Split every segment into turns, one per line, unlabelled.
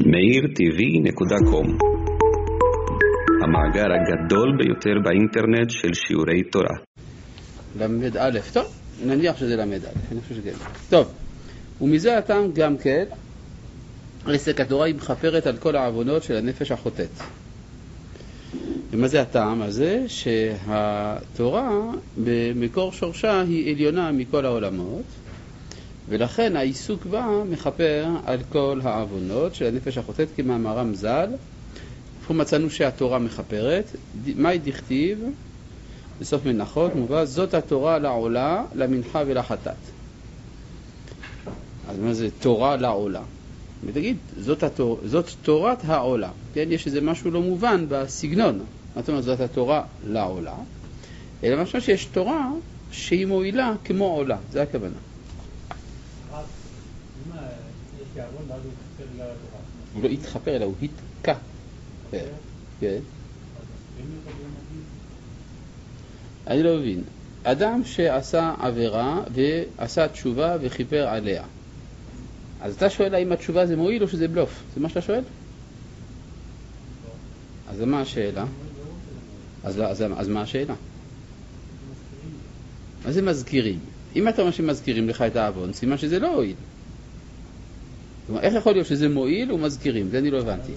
meirtv.com, המאגר הגדול ביותר באינטרנט של שיעורי תורה.
למד א', טוב, נניח שזה למד א', אני חושב שכן. טוב, ומזה הטעם גם כן, עסק התורה היא מכפרת על כל העוונות של הנפש החוטאת. ומה זה הטעם הזה? שהתורה במקור שורשה היא עליונה מכל העולמות, ולכן העיסוק בה מכפר על כל העוונות של הנפש החוטאת כמאמרם ז"ל. פה מצאנו שהתורה מכפרת. מה היא דכתיב? בסוף מנחות מובא, זאת התורה לעולה, למנחה ולחטאת. אז מה זה תורה לעולה? ותגיד, זאת תורת העולה. כן? יש איזה משהו לא מובן בסגנון. זאת אומרת, זאת התורה לעולה. אלא משהו שיש תורה שהיא מועילה כמו עולה. זה הכוונה. הוא לא התחפר אלא הוא התקע. כן. אני לא מבין. אדם שעשה עבירה ועשה תשובה וכיפר עליה. אז אתה שואל האם התשובה זה מועיל או שזה בלוף? זה מה שאתה שואל? אז מה השאלה? אז מה השאלה? מה זה מזכירים? אם אתה אומר שמזכירים לך את העוון, סימן שזה לא הועיל. איך יכול להיות שזה מועיל ומזכירים? זה אני לא הבנתי.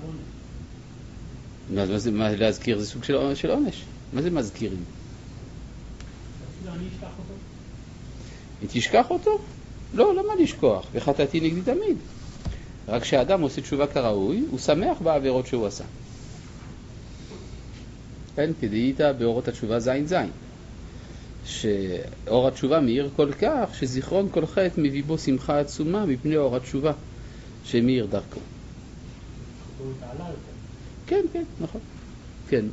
מה להזכיר? זה סוג של עונש. מה זה מזכירים? היא תשכח אותו? לא, למה לשכוח? וחטאתי נגדי תמיד. רק שהאדם עושה תשובה כראוי, הוא שמח בעבירות שהוא עשה. כן, כדאית באורות התשובה זין זין. שאור התשובה מאיר כל כך, שזיכרון כל חטא מביא בו שמחה עצומה מפני אור התשובה שמאיר דרכו. כן, כן, נכון. כן,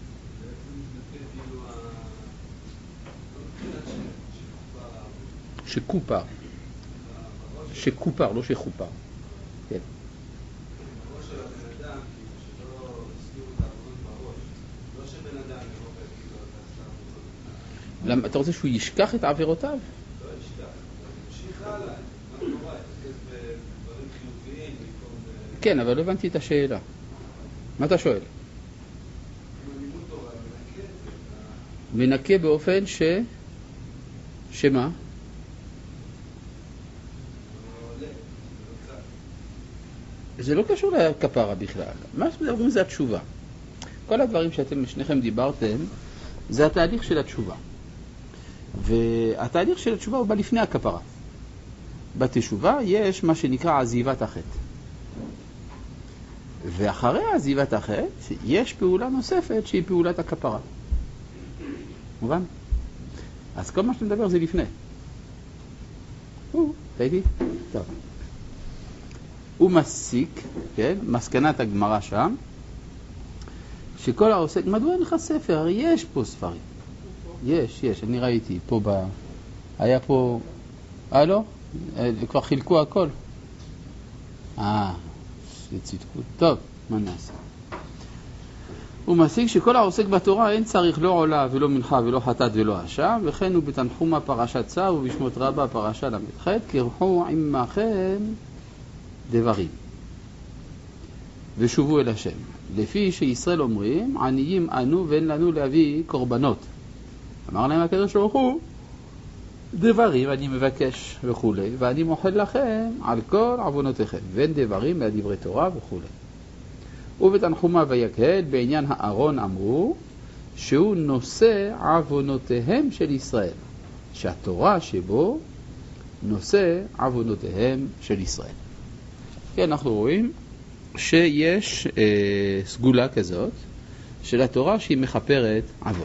שקופר. שקופר, לא שחופר. כן.
בראש של הבן אדם, שלא הסתירו את העבודות בראש, לא שבן אדם יבוא ויגיד לו את העבודות.
למה, אתה רוצה שהוא ישכח את עבירותיו?
לא ישכח, אבל ימשיך הלאה, מה נורא, יתרכז בדברים חיוביים במקום...
כן, אבל לא הבנתי את השאלה. מה אתה שואל?
לימוד תורה מנקה את זה.
מנקה באופן שמה? זה לא קשור לכפרה בכלל. מה שמדברים זה התשובה. כל הדברים שאתם שניכם דיברתם, זה התהליך של התשובה. והתהליך של התשובה הוא בא לפני הכפרה. בתשובה יש מה שנקרא עזיבת החטא. ואחרי עזיבת החטא יש פעולה נוספת שהיא פעולת הכפרה. מובן? אז כל מה שאתה מדבר זה לפני. תהייתי? טוב. הוא מסיק, כן? מסקנת הגמרא שם, שכל העוסק, מדוע אין לך ספר? יש פה ספרים. יש, אני ראיתי פה היה פה, לא? כבר חילקו הכל. זה צדקות. טוב, מה נעשה? הוא מסיק שכל העוסק בתורה אין צריך לא עולה ולא מנחה ולא חטאת ולא אשם, וכן הוא בתנחומה פרשת צו ובשמות רבה פרשה ל"ח, קרחו עמכם דברים ושובו אל השם, לפי שישראל אומרים עניים אנו ואין לנו להביא קורבנות. אמר להם הקדוש ברוך הוא, דברים אני מבקש וכו', ואני מוחל לכם על כל עוונותיכם, ואין דברים מהדברי תורה וכו'. ובתנחומה ויקהל בעניין הארון אמרו שהוא נושא עוונותיהם של ישראל, שהתורה שבו נושא עוונותיהם של ישראל. כן, אנחנו רואים שיש סגולה כזאת של התורה שהיא מכפרת עוון.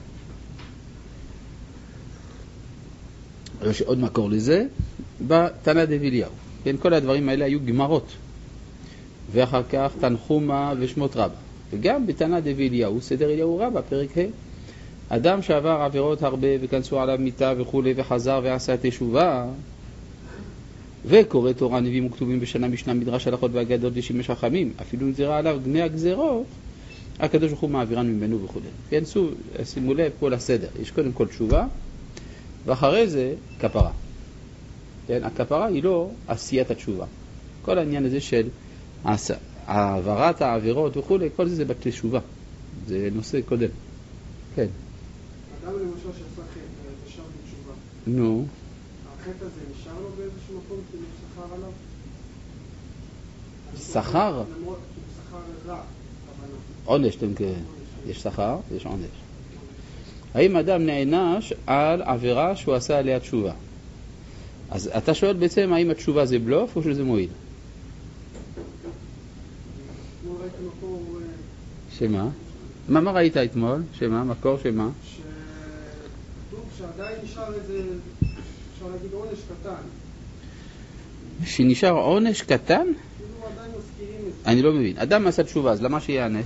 יש עוד מקור לזה בתנא דאביליהו. כן, כל הדברים האלה היו גמרות. ואחר כך תנחומה ושמות רבה. וגם בתנא דאביליהו, סדר אליהו רבה, פרק ה', אדם שעבר עבירות הרבה וכנסו עליו מיתה וכו' וחזר ועשה תשובה, וקורא תורה נביאים וכתובים בשנה משנה מדרש הלכות ואגדות לשימש חכמים, אפילו נזרה עליו גני הגזרות, הקדוש ברוך הוא מעבירן ממנו וכו'. כן, שימו לב פה לסדר. יש קודם כל תשובה, ואחרי זה כפרה. כן, הכפרה היא לא עשיית התשובה. כל העניין הזה של העברת העבירות וכו', כל זה בתשובה. זה נושא קודם. כן.
אדם למשל שעשה חטא, ישר בתשובה.
נו.
החטא הזה נשאר לו באיזשהו מקום כאילו שכר עליו?
שכר?
למרות שכר רע, כוונה.
עונש, יש שכר, יש עונש. האם אדם נענש על עבירה שהוא עשה עליה תשובה? אז אתה שואל בעצם האם התשובה זה בלוף או שזה מועיל?
אתמול ראיתי מקור...
שמה? מה ראית אתמול? שמה? מקור שמה?
שכתוב שעדיין נשאר איזה, אפשר להגיד עונש קטן.
שנשאר עונש קטן?
כאילו עדיין מזכירים את זה.
אני לא מבין. אדם עשה תשובה, אז למה שיענש?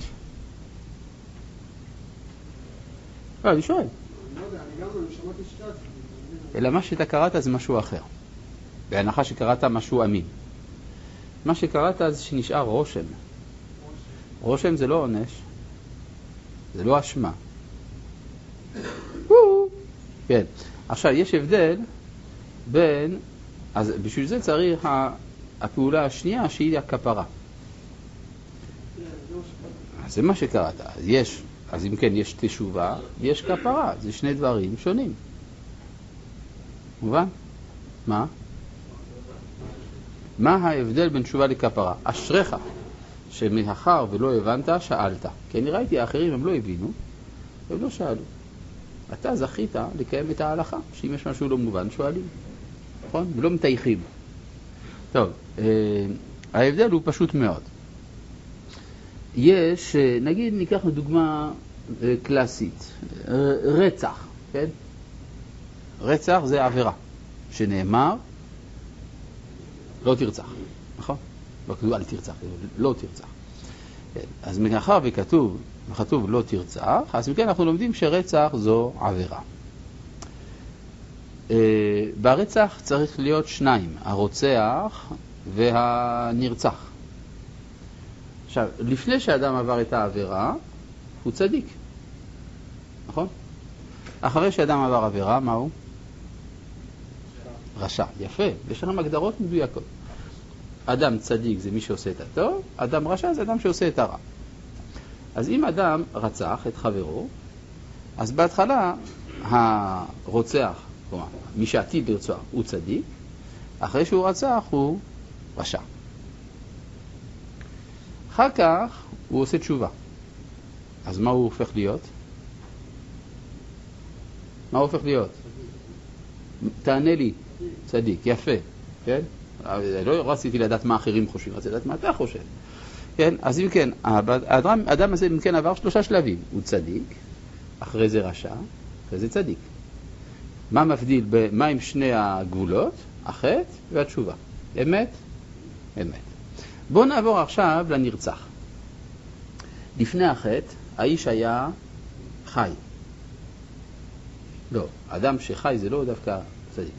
לא, אני שואל.
אני לא יודע, אני גם שמעתי שתת.
אלא מה שאתה קראת זה משהו אחר. בהנחה שקראת משהו אמין. מה שקראת זה שנשאר רושם. רושם זה לא עונש. זה לא אשמה. כן. עכשיו, יש הבדל בין... אז בשביל זה צריך הפעולה השנייה שהיא הכפרה. זה מה שקראת. אז אם כן, יש תשובה, יש כפרה. זה שני דברים שונים. מובן? מה? מה ההבדל בין תשובה לכפרה? אשריך שמאחר ולא הבנת, שאלת. כי אני ראיתי האחרים, הם לא הבינו, הם לא שאלו. אתה זכית לקיים את ההלכה, שאם יש משהו לא מובן, שואלים. נכון? ולא מתייחים. טוב, ההבדל הוא פשוט מאוד. יש, נגיד, ניקח דוגמה קלאסית, רצח, כן? רצח זה עבירה, שנאמר, לא תרצח, נכון? לא כתוב אל תרצח, לא תרצח. אז מאחר וכתוב לא תרצח, אז מכן אנחנו לומדים שרצח זו עבירה. ברצח צריך להיות שניים, הרוצח והנרצח. עכשיו, לפני שאדם עבר את העבירה, הוא צדיק, נכון? אחרי שאדם עבר עבירה, מה הוא? רשע. יפה, יש לכם הגדרות מדויקות. אדם צדיק זה מי שעושה את הטוב, אדם רשע זה אדם שעושה את הרע. אז אם אדם רצח את חברו, אז בהתחלה הרוצח, כלומר, מי שעתיד לרצוח הוא צדיק, אחרי שהוא רצח הוא רשע. אחר כך הוא עושה תשובה. אז מה הוא הופך להיות? מה הוא הופך להיות? תענה לי. צדיק, יפה. כן? לא רציתי לדעת מה אחרים חושבים, רציתי לדעת מה אתה חושב. כן? אז אם כן, האדם הזה אם כן עבר 3 שלבים. הוא צדיק, אחרי זה רשע, אחרי זה צדיק. מה מבדיל, מה עם שני הגבולות? החטא והתשובה. אמת? אמת. בואו נעבור עכשיו לנרצח. לפני החטא, האיש היה חי. לא, אדם שחי זה לא דווקא צדיק.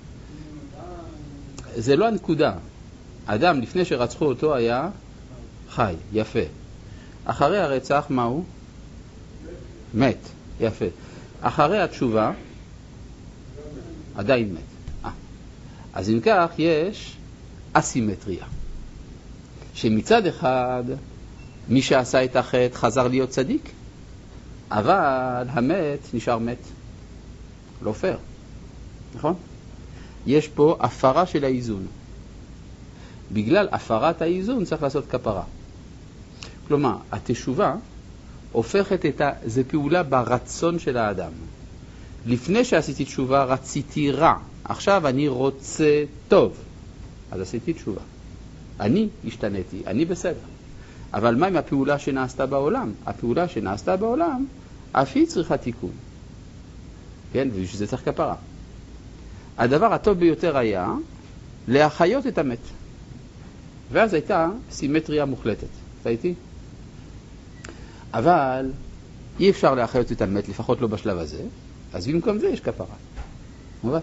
זה לא הנקודה. אדם לפני שרצחו אותו היה חי, יפה. אחרי הרצח מה הוא? מת, יפה. אחרי התשובה עדיין מת. אז אם כך יש אסימטריה. שמצד אחד מי שעשה את החטא חזר להיות צדיק, אבל המת נשאר מת. לא פייר, נכון? יש פה הפרה של האיזון. בגלל הפרת האיזון צריך לעשות כפרה. כלומר, התשובה הופכת זה פעולה ברצון של האדם. לפני שעשיתי תשובה רציתי רע, עכשיו אני רוצה טוב, אז עשיתי תשובה. אני השתניתי, אני בסדר. אבל מה עם הפעולה שנעשתה בעולם? הפעולה שנעשתה בעולם אף היא צריכה תיקון. כן, ובשביל זה צריך כפרה. הדבר הטוב ביותר היה להחיות את המת. ואז הייתה סימטריה מוחלטת. אתה איתי? אבל אי אפשר להחיות את המת, לפחות לא בשלב הזה. אז במקום זה יש כפרה. מובן?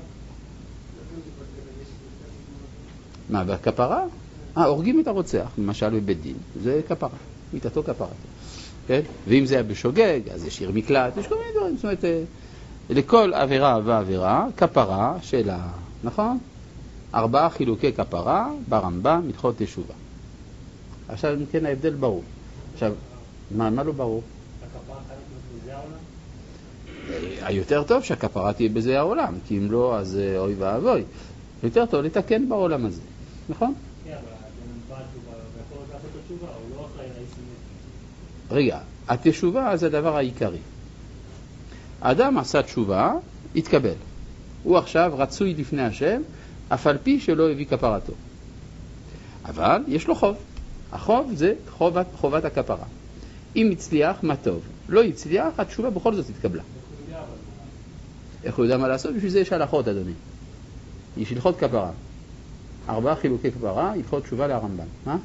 מה, בכפרה? הורגים את הרוצח, למשל בבית דין. זה כפרה. מיתתו כפרה. כן? ואם זה היה בשוגג, אז יש עיר מקלט, יש כל מיני דברים. זאת אומרת, לכל עבירה ועבירה, כפרה שלה, נכון? 4 חילוקי כפרה ברמב"ם, הלכות תשובה. עכשיו אם כן ההבדל ברור. עכשיו, מה לא ברור?
הכפרה חייבת להיות בזה העולם?
היותר טוב שהכפרה תהיה בזה העולם, כי אם לא אז אוי ואבוי. יותר טוב לתקן בעולם הזה, נכון?
כן, אבל בא תשובה, ויכול לעשות את התשובה, הוא לא אחראי לאיסים.
רגע, התשובה זה הדבר העיקרי. האדם עשה תשובה, התקבל. הוא עכשיו רצוי לפני השם, אף על פי שלא הביא כפרתו. אבל יש לו חוב. החוב זה חובת הכפרה. אם הצליח, מה טוב. לא הצליח, התשובה בכל זאת התקבלה. איך הוא יודע מה לעשות? בשביל זה יש הלכות, אדוני. יש הלכות כפרה. 4 חילוקי כפרה, הלכות תשובה לרמב"ם. מה?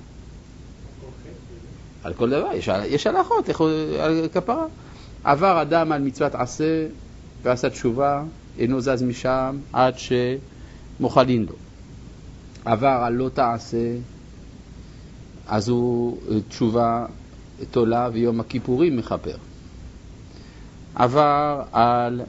על כל דבר, יש הלכות, על כפרה. עבר אדם על מצוות עשה ועשה תשובה, אינו זז משם עד שמוחלין לו. עבר על לא תעשה, אז הוא תשובה תולה ויום הכיפורים מחפר. עבר על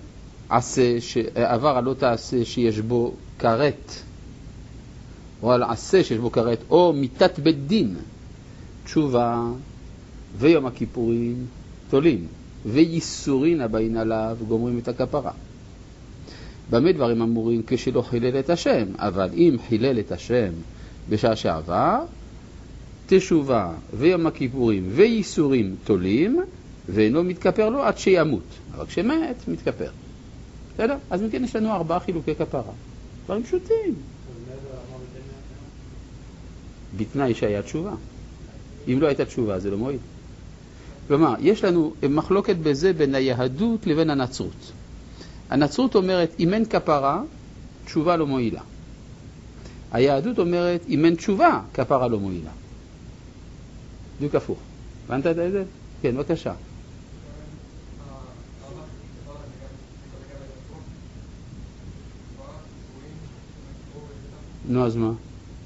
לא תעשה שיש בו כרת, או על עשה שיש בו כרת, או מיתת בית דין, תשובה ויום הכיפורים תולים, וייסורין הבאים עליו גומרים את הכפרה. במה דברים אמורים? כשלא חילל את השם, אבל אם חילל את השם בשעה שעבר, תשובה ויום הכיפורים וייסורים תולים, ואינו מתכפר לו עד שימות. אבל כשמת, מתכפר. בסדר? אז מכן יש לנו 4 חילוקי כפרה. דברים פשוטים. בתנאי שהיה תשובה. אם לא הייתה תשובה, זה לא מועיל. כלומר, יש לנו מחלוקת בזה בין היהדות לבין הנצרות. הנצרות אומרת, אם אין כפרה, תשובה לא מועילה. היהדות אומרת, אם אין תשובה, כפרה לא מועילה. בדיוק הפוך. הבנת את זה? כן, בבקשה. נו, אז מה?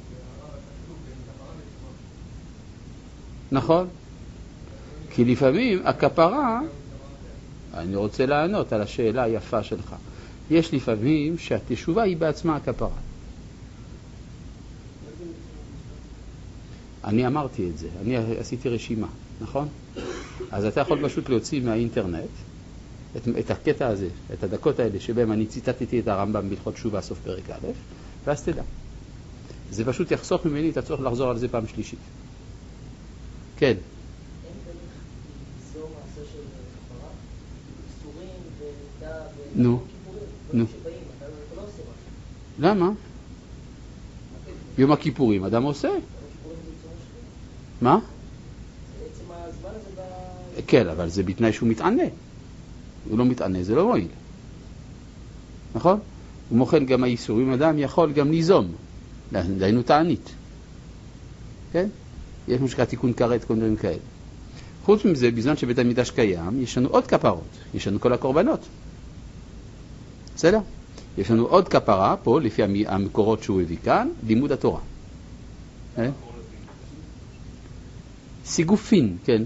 נכון? כי לפעמים הכפרה, אני רוצה לענות על השאלה היפה שלך, יש לפעמים שהתשובה היא בעצמה הכפרה. אני אמרתי את זה, אני עשיתי רשימה, נכון? אז אתה יכול פשוט להוציא מהאינטרנט את הקטע הזה, את הדקות האלה שבהם אני ציטטתי את הרמב"ם בהלכות תשובה סוף פרק א', ואז תדע. זה פשוט יחסוך ממני את הצורך לחזור על זה פעם שלישית. כן. נו. למה? יום הכיפורים אדם עושה. מה? כן, אבל זה בתנאי שהוא מתענה. הוא לא מתענה, זה לא מועיל. נכון? ומוכן גם האיסורים, אדם יכול גם ליזום. דיינו תענית. כן? יש משקע תיקון כרת, כל דברים כאלה. חוץ מזה, בזמן שבית המקדש קיים, יש לנו עוד כפרות. יש לנו כל הקורבנות. בסדר? יש לנו עוד כפרה פה, לפי המקורות שהוא הביא כאן, לימוד התורה. סיגופין, כן.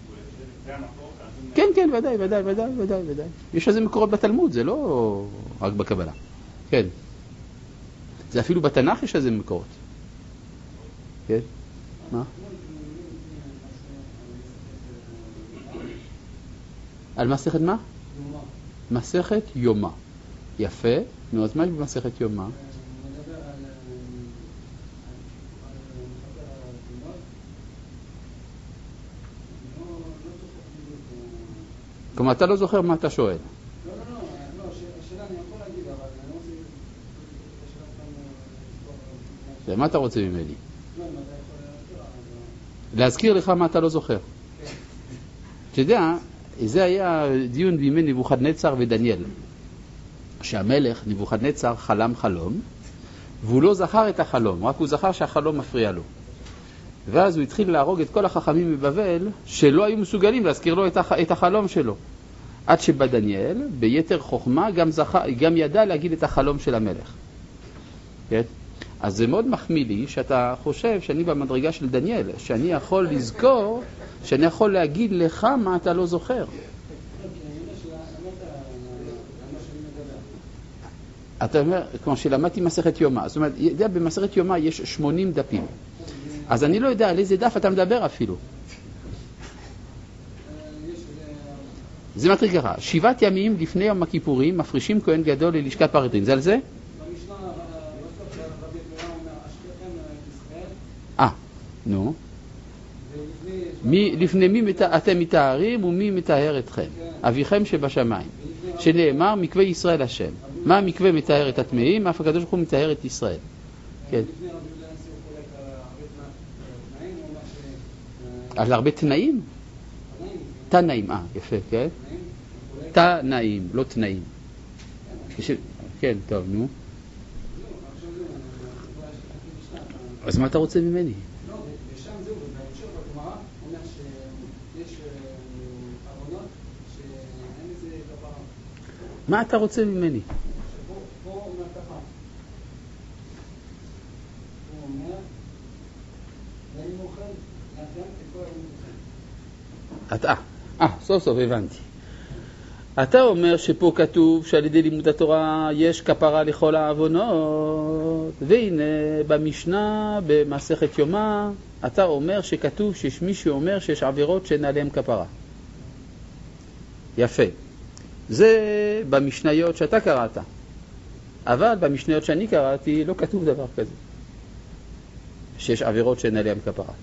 כן, כן, ודאי. יש איזה מקורות בתלמוד, זה לא רק בקבלה. כן. זה אפילו בתנ"ך יש איזה מקורות. כן? מה? על מסכת מה? מסכת יומא. יפה. נו, אז מה יש במסכת יומא? כלומר, אתה לא זוכר מה אתה שואל.
לא, השאלה אני יכול להגיד, אבל אני לא רוצה...
מה אתה רוצה ממני?
לא, אם אתה יכול
להזכיר לך מה אתה לא זוכר. אתה יודע, זה היה דיון בימי נבוכדנצר ודניאל. שהמלך נבוכדנצר חלם חלום, והוא לא זכר את החלום, רק הוא זכר שהחלום מפריע לו. ואז הוא התחיל להרוג את כל החכמים מבבל, שלא היו מסוגלים להזכיר לו את החלום שלו. עד שבא דניאל, ביתר חוכמה, גם ידע להגיד את החלום של המלך. כן? אז זה מאוד מחמיא לי שאתה חושב שאני במדרגה של דניאל, שאני יכול לזכור, שאני יכול להגיד לך מה אתה לא זוכר. אתה אומר, כמו שלמדתי מסכת יומא, זאת אומרת, במסכת יומא יש 80 דפים. אז אני לא יודע על איזה דף אתה מדבר אפילו. זה מתחיל ככה, 7 ימים לפני יום הכיפורים מפרישים כהן גדול ללשכת פרטין, זה על זה?
במשנה, רבי יתרה אומר, אשכחם ישראל.
נו. לפני מי אתם מתארים ומי מטהר אתכם? אביכם שבשמיים. שנאמר מקווה ישראל השם. מה המקווה מטהר את הטמאים? אף הקדוש ברוך הוא מטהר את ישראל. כן. על הרבה תנאים? תנאים, יפה, כן? תנאים, לא תנאים. כן, טוב, נו. אז מה אתה רוצה ממני?
לא, ושם זהו, ובהמשך בגמרא אומר שיש ארונות שאין איזה כפרה.
מה אתה רוצה ממני?
פה אומר ככה. הוא אומר, ואני מוכן לאדם ככל המוכן.
סוף סוף הבנתי. אתה אומר שפה כתוב שעל ידי לימוד התורה יש כפרה לכל העוונות, והנה במשנה במסכת יומא אתה אומר שכתוב שיש מי שאומר שיש עבירות שאין עליהם כפרה. יפה. זה במשניות שאתה קראת, אבל במשניות שאני קראתי לא כתוב דבר כזה, שיש עבירות שאין עליהם כפרה.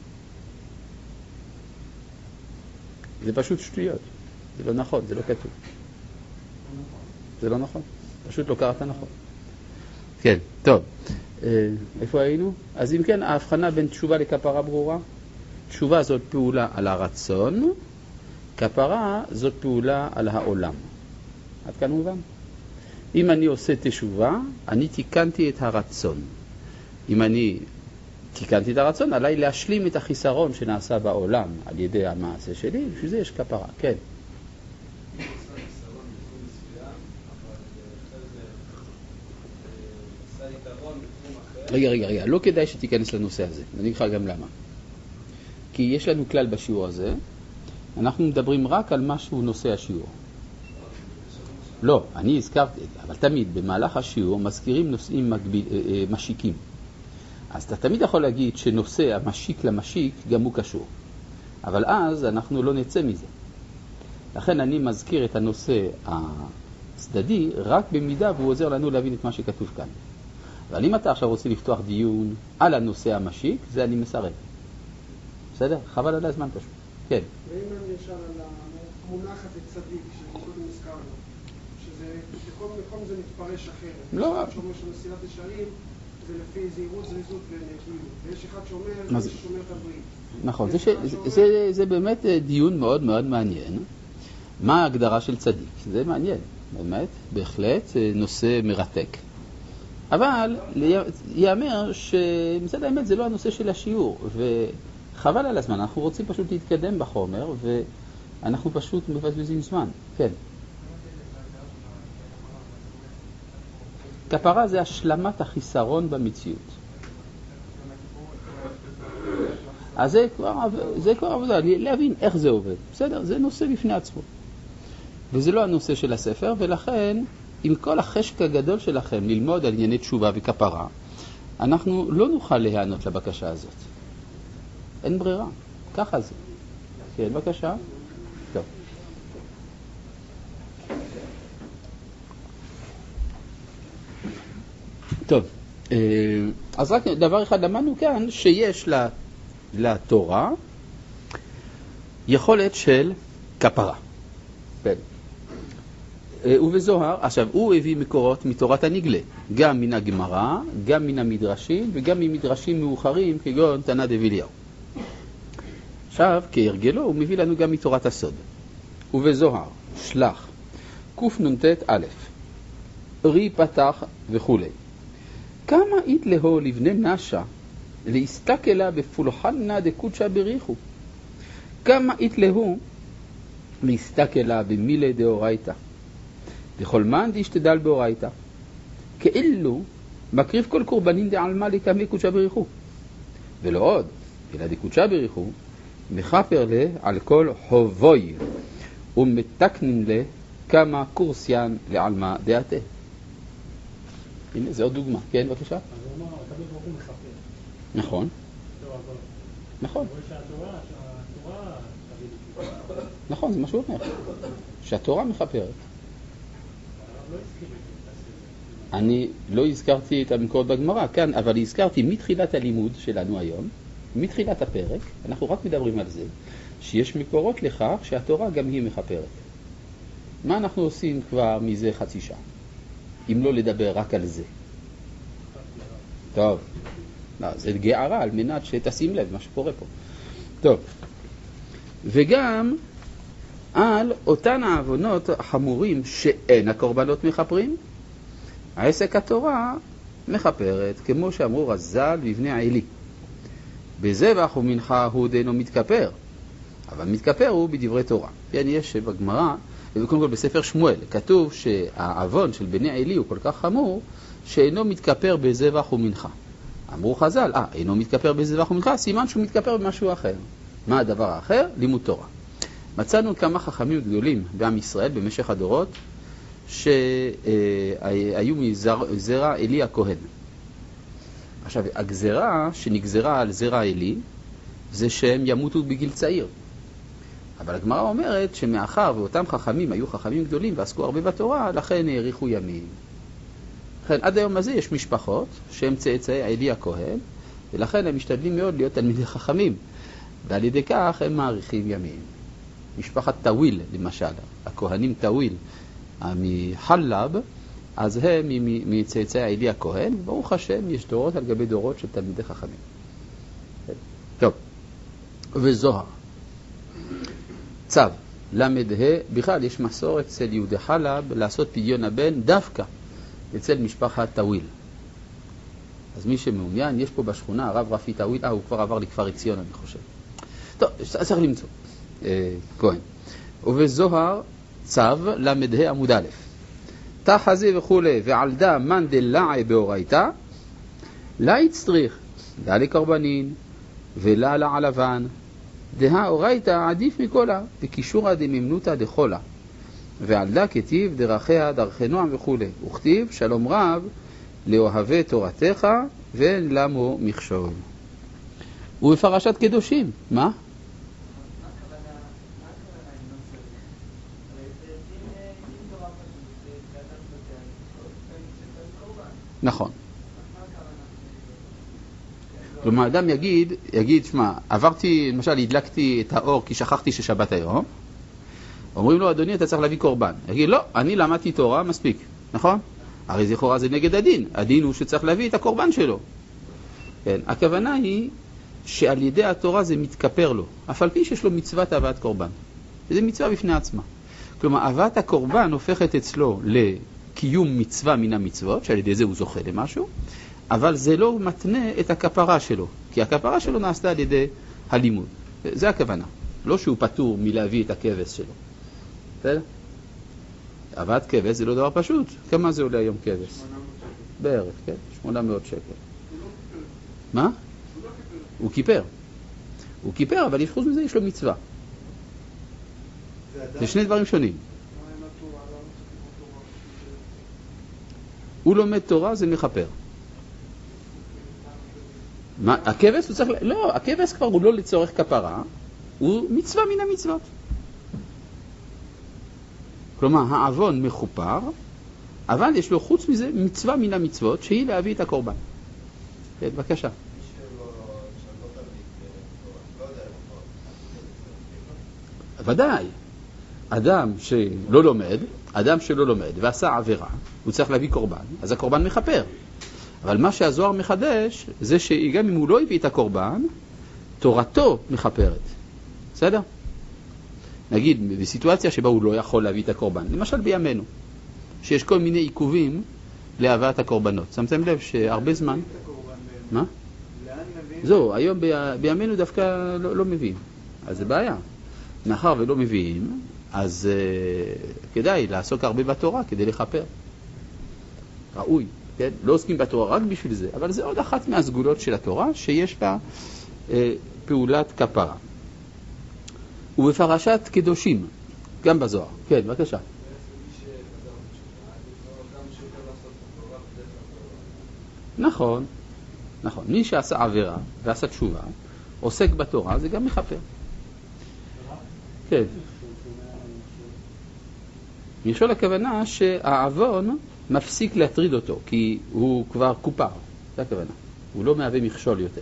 זה פשוט שטויות, זה לא נכון, זה לא כתוב. זה לא נכון, פשוט לא קראת נכון. כן, טוב. איפה היינו? אז אם כן, ההבחנה בין תשובה לכפרה ברורה. תשובה זאת פעולה על הרצון, כפרה זאת פעולה על העולם. עד כאן מובן? אם אני עושה תשובה, אני תיקנתי את הרצון. אם אני תיקנתי את הרצון, עליי להשלים את החיסרון שנעשה בעולם על ידי המעשה שלי, בשביל זה יש כפרה. כן. רגע, לא כדאי שתיכנס לנושא הזה. אני אגיד לך גם למה. כי יש לנו כלל בשיעור הזה, אנחנו מדברים רק על מה שהוא נושא השיעור. לא, אני הזכרתי, אבל תמיד במהלך השיעור מזכירים נושאים משיקים. אז אתה תמיד יכול להגיד שנושא המשיק למשיק גם הוא קשור. אבל אז אנחנו לא נצא מזה. לכן אני מזכיר את הנושא הצדדי רק במידה והוא עוזר לנו להבין את מה שכתוב כאן. אבל אם אתה עכשיו רוצה לפתוח דיון על הנושא המשיק, זה אני מסרב. בסדר? חבל על הזמן פשוט. כן.
ואם אני ישר על המונח הזה צדיק, שקודם הזכרנו, שזה, בכל מקום זה מתפרש אחרת.
לא.
יש אחד שאומר שמסילת ישרים, זה לפי זהירות, זריזות ונקיות. ויש אחד שאומר, זה ששומר את הברית.
נכון, זה באמת דיון מאוד מאוד מעניין. מה ההגדרה של צדיק? זה מעניין, באמת, בהחלט, נושא מרתק. אבל יאמר שמצד האמת זה לא הנושא של השיעור, וחבל על הזמן, אנחנו רוצים פשוט להתקדם בחומר, ואנחנו פשוט מבזבזים זמן. כן. כפרה זה השלמת החיסרון במציאות. אז זה כבר עבודה, להבין איך זה עובד. בסדר, זה נושא בפני עצמו. וזה לא הנושא של הספר, ולכן עם כל החשק הגדול שלכם ללמוד על ענייני תשובה וכפרה, אנחנו לא נוכל להיענות לבקשה הזאת. אין ברירה, ככה זה. כן, בבקשה. טוב. טוב, אז רק דבר אחד למדנו כאן, שיש לתורה יכולת של כפרה. כן. ובזוהר, עכשיו, הוא הביא מקורות מתורת הנגלה, גם מן הגמרא, גם מן המדרשים, וגם ממדרשים מאוחרים, כגון תנא דאביליהו. עכשיו, כהרגלו, הוא מביא לנו גם מתורת הסוד. ובזוהר, שלח, קנ"ט א', רי פתח וכו'. כמה יתלהו לבני נשה, להסתכלה בפולחנה דקודשא בריחו. כמה יתלהו להסתכלה במילי דאורייתא. בכל מן דשתדל באורייתא. כאילו מקריב כל קורבנין דעלמא לקמי קודשא בריחו. ולא עוד, אלא דקודשא בריחו, מחפר לה על כל חובוי, ומתקנין לה כמה קורסיין לעלמא דעתה. הנה, זה עוד דוגמה. כן, בבקשה.
אז הוא אמר, הקדוש ברוך הוא מחפר.
נכון.
טוב, אבל
נכון.
רואה שהתורה תביא לתשובה.
נכון, זה מה שהוא אומר. שהתורה מכפרת.
הרב לא הזכיר את זה.
אני לא הזכרתי את המקורות בגמרא כאן, אבל הזכרתי מתחילת הלימוד שלנו היום, מתחילת הפרק, אנחנו רק מדברים על זה, שיש מקורות לכך שהתורה גם היא מכפרת. מה אנחנו עושים כבר מזה חצי שעה? אם לא לדבר רק על זה. טוב, לא, זה גערה על מנת שתשים לב מה שקורה פה. טוב, וגם על אותן העוונות החמורים שאין הקורבנות מכפרים, העסק התורה מכפרת, כמו שאמרו רז"ל ובני עלי. בזבח ומנחה הוא דאינו מתכפר, אבל מתכפר הוא בדברי תורה. כן, יש בגמרא, וקודם כל בספר שמואל, כתוב שהעוון של בני עלי הוא כל כך חמור, שאינו מתכפר בזבח ומנחה. אמרו חז"ל, אינו מתכפר בזבח ומנחה, סימן שהוא מתכפר במשהו אחר. מה הדבר האחר? לימוד תורה. מצאנו כמה חכמים גדולים בעם ישראל במשך הדורות, שהיו מזרע אלי הכהן. עכשיו, הגזרה שנגזרה על זרע אלי, זה שהם ימותו בגיל צעיר. אבל הגמרא אומרת שמאחר ואותם חכמים היו חכמים גדולים ועסקו הרבה בתורה, לכן האריכו ימים. לכן עד היום הזה יש משפחות שהם צאצאי אלי הכהן, ולכן הם משתדלים מאוד להיות תלמידי חכמים, ועל ידי כך הם מאריכים ימים. משפחת טוויל למשל, הכהנים טוויל מחלב, אז הם מצאצאי אלי הכהן, ברוך השם יש דורות על גבי דורות של תלמידי חכמים. טוב, וזוהר צו למד בכלל יש מסורת אצל יהודי חלב לעשות פדיון הבן דווקא אצל משפחת טוויל. אז מי שמעוניין, יש פה בשכונה הרב רפי טוויל, הוא כבר עבר לכפר עציון אני חושב. טוב, צריך למצוא כהן. ובזוהר צו למד עמוד א' תחזה וכו' ועל דה מן דלעי באורייתא לה יצטריך לה לקרבנין ולה לעלבן דה אורייתא עדיף מכולה וקישורא דממנותא דחולה ועל דה כתיב דרכיה דרכי נועם וכו' וכתיב שלום רב לאוהבי תורתך ואין למו מכשול. ובפרשת קדושים מה? נכון. כלומר, אדם יגיד, שמה, עברתי, למשל, הדלקתי את האור כי שכחתי ששבת היום. אומרים לו, אדוני, אתה צריך להביא קורבן. יגיד, לא, אני למדתי תורה, מספיק. נכון? הרי זכורה זה נגד הדין. הדין הוא שצריך להביא את הקורבן שלו. כן, הכוונה היא שעל ידי התורה זה מתכפר לו. אף על פי שיש לו מצוות אהבת קורבן. זה מצווה בפני עצמה. כלומר, אהבת הקורבן הופכת אצלו קיום מצווה מן המצוות, שעל ידי זה הוא זוכה למשהו, אבל זה לא מתנה את הכפרה שלו, כי הכפרה שלו נעשתה על ידי הלימוד. זה הכוונה. לא שהוא פטור מלהביא את הכבש שלו. בסדר? הבאת כבש זה לא דבר פשוט. כמה זה עולה היום כבש? בערך, כן? 800 שקל. מה? הוא כיפר. הוא כיפר, אבל חוץ מזה יש לו מצווה. זה שני דברים שונים. הוא לומד תורה, זה מחפר. מה, הכבש הוא צריך... לא, הכבש כבר הוא לא לצורך כפרה, הוא מצווה מן המצוות. כלומר, העוון מחופר, אבל יש לו חוץ מזה מצווה מן המצוות, שהיא להביא את הקורבן. כן, בבקשה. ודאי. אדם שלא לומד ועשה עבירה, הוא צריך להביא קורבן, אז הקורבן מחפר. אבל מה שהזוהר מחדש, זה שגם אם הוא לא הביא את הקורבן, תורתו מחפרת. בסדר? נגיד, בסיטואציה שבה הוא לא יכול להביא את הקורבן, למשל בימינו, שיש כל מיני עיכובים להבאת הקורבנות. שמתם לב שהרבה זמן... מה? זהו, היום בימינו דווקא לא מביאים. אז זה בעיה. מאחר ולא מביאים, אז כדאי לעסוק הרבה בתורה כדי לחפר. ראוי, כן? לא עוסקים בתורה רק בשביל זה, אבל זה עוד אחת מהסגולות של התורה שיש בה פעולת כפרה. ובפרשת קדושים, גם בזוהר. כן, בבקשה. נכון. מי שעשה עבירה ועשה תשובה, עוסק בתורה, זה גם מכפר. כן. מכשול הכוונה שהעוון מפסיק להטריד אותו, כי הוא כבר כופר. זה הכוונה. הוא לא מהווה מכשול יותר.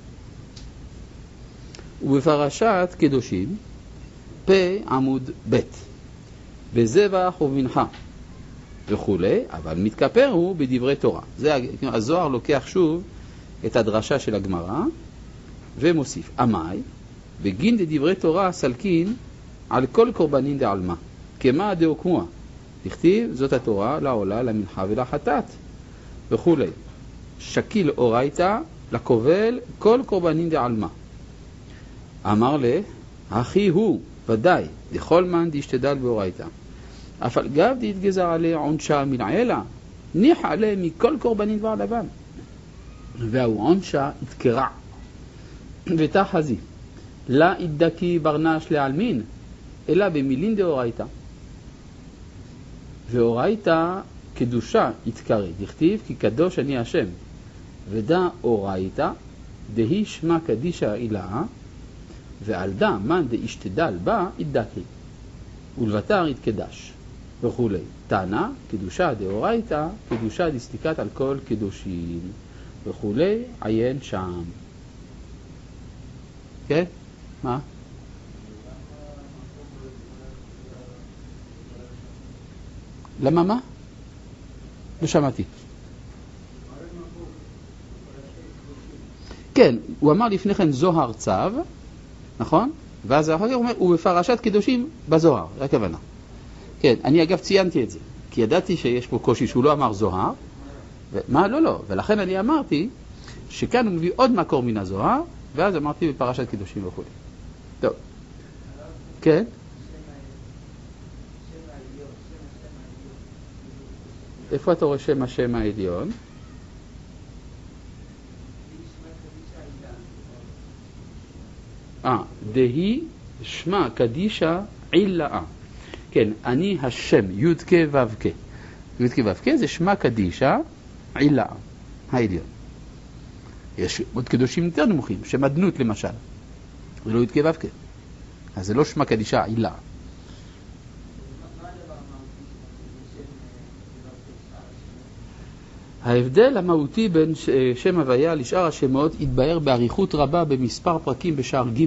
ובפרשת קדושים, פ עמוד ב' בזבח ובמנחה וכולי, אבל מתכפר הוא בדברי תורה. זה הזוהר לוקח שוב את הדרשה של הגמרא ומוסיף, אמי, בגין דברי תורה סלקין על כל קורבנין דעלמה, כמה דאוקמוה, תכתיב זאת התורה לעולה, למנחה ולחטאת וכולי. שקיל אורייתא לקובל כל קורבנין דעלמה. אמר לה, הכי הוא, ודאי, דכל מן דשתדל באורייתא. אף על גב דתגזר עליה עונשה מלעילה, ניח עליה מכל קורבנין דבר לבן. והוא עונשה התקרע. ותחזי, לא ידקי ברנש לעלמין, אלא במילין דאורייתא. ואורייתא קדושה יתקרא, דכתיב כי קדוש אני השם. ודא אורייתא, דהי שמה קדישה אילאה, ועל דא מן דאשתדל בה ידקי. ולבטר יתקדש. וכו'. טענה, קדושה דאורייתא, קדושה דסתיקת על כל קדושים. וכו'. עיין שם. כן? מה? למה מה? לא שמעתי. כן, הוא אמר לפני כן זוהר צו, נכון? ואז אחר כך הוא אומר, ובפרשת קדושים בזוהר, זה הכוונה. כן, אני אגב ציינתי את זה, כי ידעתי שיש פה קושי שהוא לא אמר זוהר, מה? לא, ולכן אני אמרתי שכאן הוא מביא עוד מקור מן הזוהר, ואז אמרתי בפרשת קדושים וכו'. טוב, כן? איפה אתה רואה שם העליון? דהי שמה קדישה עילאה. כן, אני השם, יודקה ובקה. יודקה ובקה זה שמה קדישה עילאה, העליון. יש עוד קדושים יותר נמוכים, שם אדנות למשל. זה לא יודקה ובקה. אז זה לא שמה קדישה עילאה. ההבדל המהותי בין שם הוויה לשאר השמות התבהר באריכות רבה במספר פרקים בשער ג'.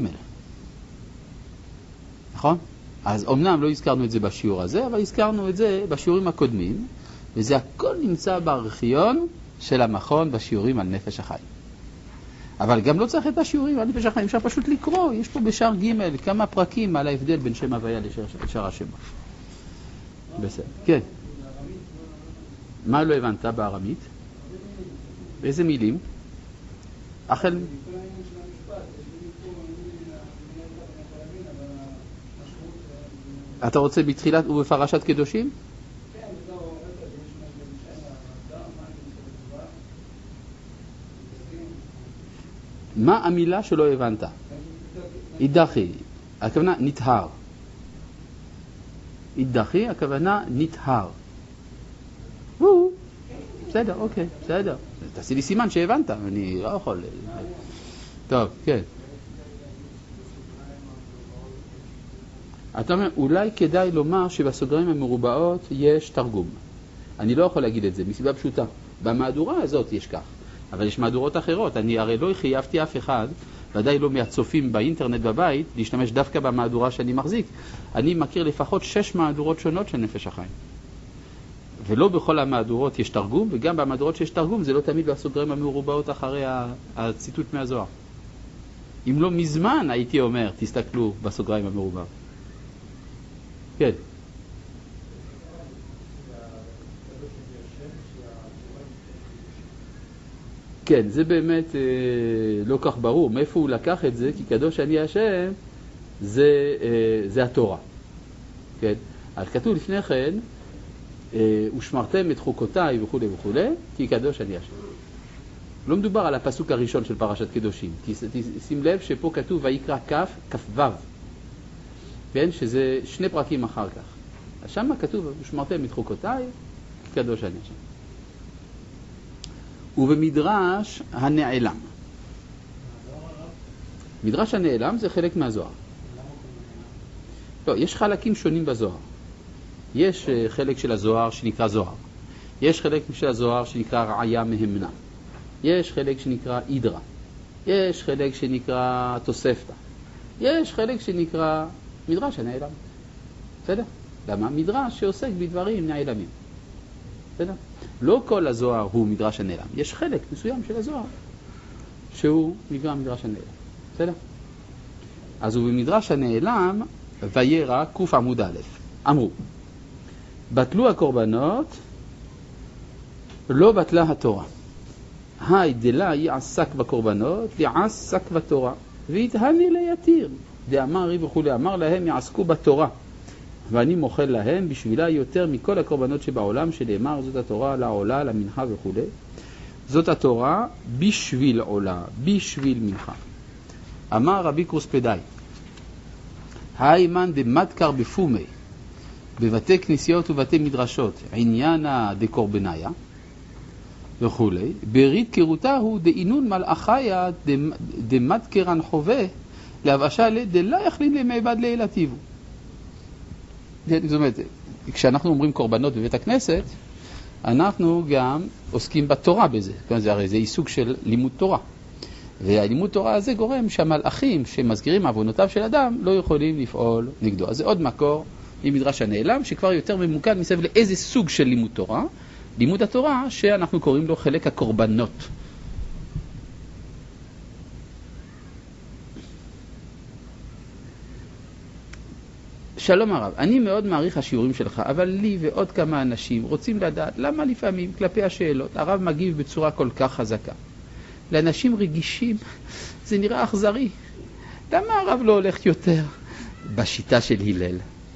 נכון? אז אומנם לא הזכרנו את זה בשיעור הזה, אבל הזכרנו את זה בשיעורים הקודמים, וזה הכל נמצא בארכיון של המכון בשיעורים על נפש החיים. אבל גם לא צריך את השיעורים על נפש החיים, אפשר פשוט לקרוא, יש פה בשער ג' כמה פרקים על ההבדל בין שם הוויה לשאר השמות. בסדר, כן. מה לא הבנת בארמית? איזה מילים? החל... אתה רוצה בתחילת ובפרשת קדושים? מה המילה שלא הבנת? אידחי, הכוונה נטהר. אידחי, הכוונה נטהר. בסדר, אוקיי, בסדר. תעשי לי סימן שהבנת, אני לא יכול. טוב, כן. אתה אומר, אולי כדאי לומר שבסוגריים המרובעות יש תרגום. אני לא יכול להגיד את זה, מסיבה פשוטה. במהדורה הזאת יש כך, אבל יש מהדורות אחרות. אני הרי לא חייבתי אף אחד, ודאי לא מהצופים באינטרנט בבית, להשתמש דווקא במהדורה שאני מחזיק. אני מכיר לפחות 6 מהדורות שונות של נפש החיים. ולא בכל המהדורות יש תרגום, וגם במהדורות שיש תרגום זה לא תמיד בסוגריים המרובעות אחרי הציטוט מהזוהר. אם לא מזמן הייתי אומר, תסתכלו בסוגריים המרובעות. כן. כן, זה באמת לא כך ברור. מאיפה הוא לקח את זה? כי קדוש אני השם זה התורה. כן. אז כתוב לפני כן, ושמרתם את חוקותיי וכו' וכו', כי קדוש אני השם. לא מדובר על הפסוק הראשון של פרשת קדושים. שים לב שפה כתוב ויקרא כ"ו. כן, שזה 2 פרקים אחר כך. אז שם כתוב ושמרתם את חוקותיי, כי קדוש אני השם. ובמדרש הנעלם. מדרש הנעלם זה חלק מהזוהר. לא, יש חלקים שונים בזוהר. יש חלק של הזוהר שנקרא זוהר. יש חלק של הזוהר שנקרא רעיה מהמנה. יש חלק שנקרא אידרה. יש חלק שנקרא תוספתא. יש חלק שנקרא מדרש הנעלם. בסדר? למה? מדרש שעוסק בדברים נעלמים. בסדר? לא כל הזוהר הוא מדרש הנעלם. יש חלק מסוים של הזוהר שהוא נקרא מדרש הנעלם. בסדר? אז הוא במדרש הנעלם וירא קוף עמוד א'. אמרו, בטלו הקורבנות, לא בטלה התורה. היי דלה יעסק בקורבנות, יעסק בתורה. והתהני ליתיר. דאמר רי וכו', אמר להם יעסקו בתורה. ואני מוכל להם בשבילה יותר מכל הקורבנות שבעולם, שנאמר זאת התורה לעולה, למנחה וכו'. זאת התורה בשביל עולה, בשביל מנחה. אמר רבי קרוספדאי, היימן דמדקר בפומי, בבתי כנסיות ובתי מדרשות, עניינה דקורבניה וכו', ברית קירותה הוא דאינון מלאכיה דמדקרן חווה, להבאשה לדלה יכלין למעבד לילתיבו. זאת אומרת, כשאנחנו אומרים קורבנות בבית הכנסת, אנחנו גם עוסקים בתורה בזה. הרי זה עיסוק של לימוד תורה. והלימוד תורה הזה גורם שהמלאכים שמזכירים עוונותיו של אדם לא יכולים לפעול נגדו. אז זה עוד מקור ממדרש הנעלם, שכבר יותר ממוקד מסביב לאיזה סוג של לימוד תורה. לימוד התורה שאנחנו קוראים לו חלק הקורבנות. שלום הרב, אני מאוד מעריך השיעורים שלך, אבל לי ועוד כמה אנשים רוצים לדעת למה לפעמים כלפי השאלות הרב מגיב בצורה כל כך חזקה. לאנשים רגישים זה נראה אכזרי. למה הרב לא הולך יותר בשיטה של הלל?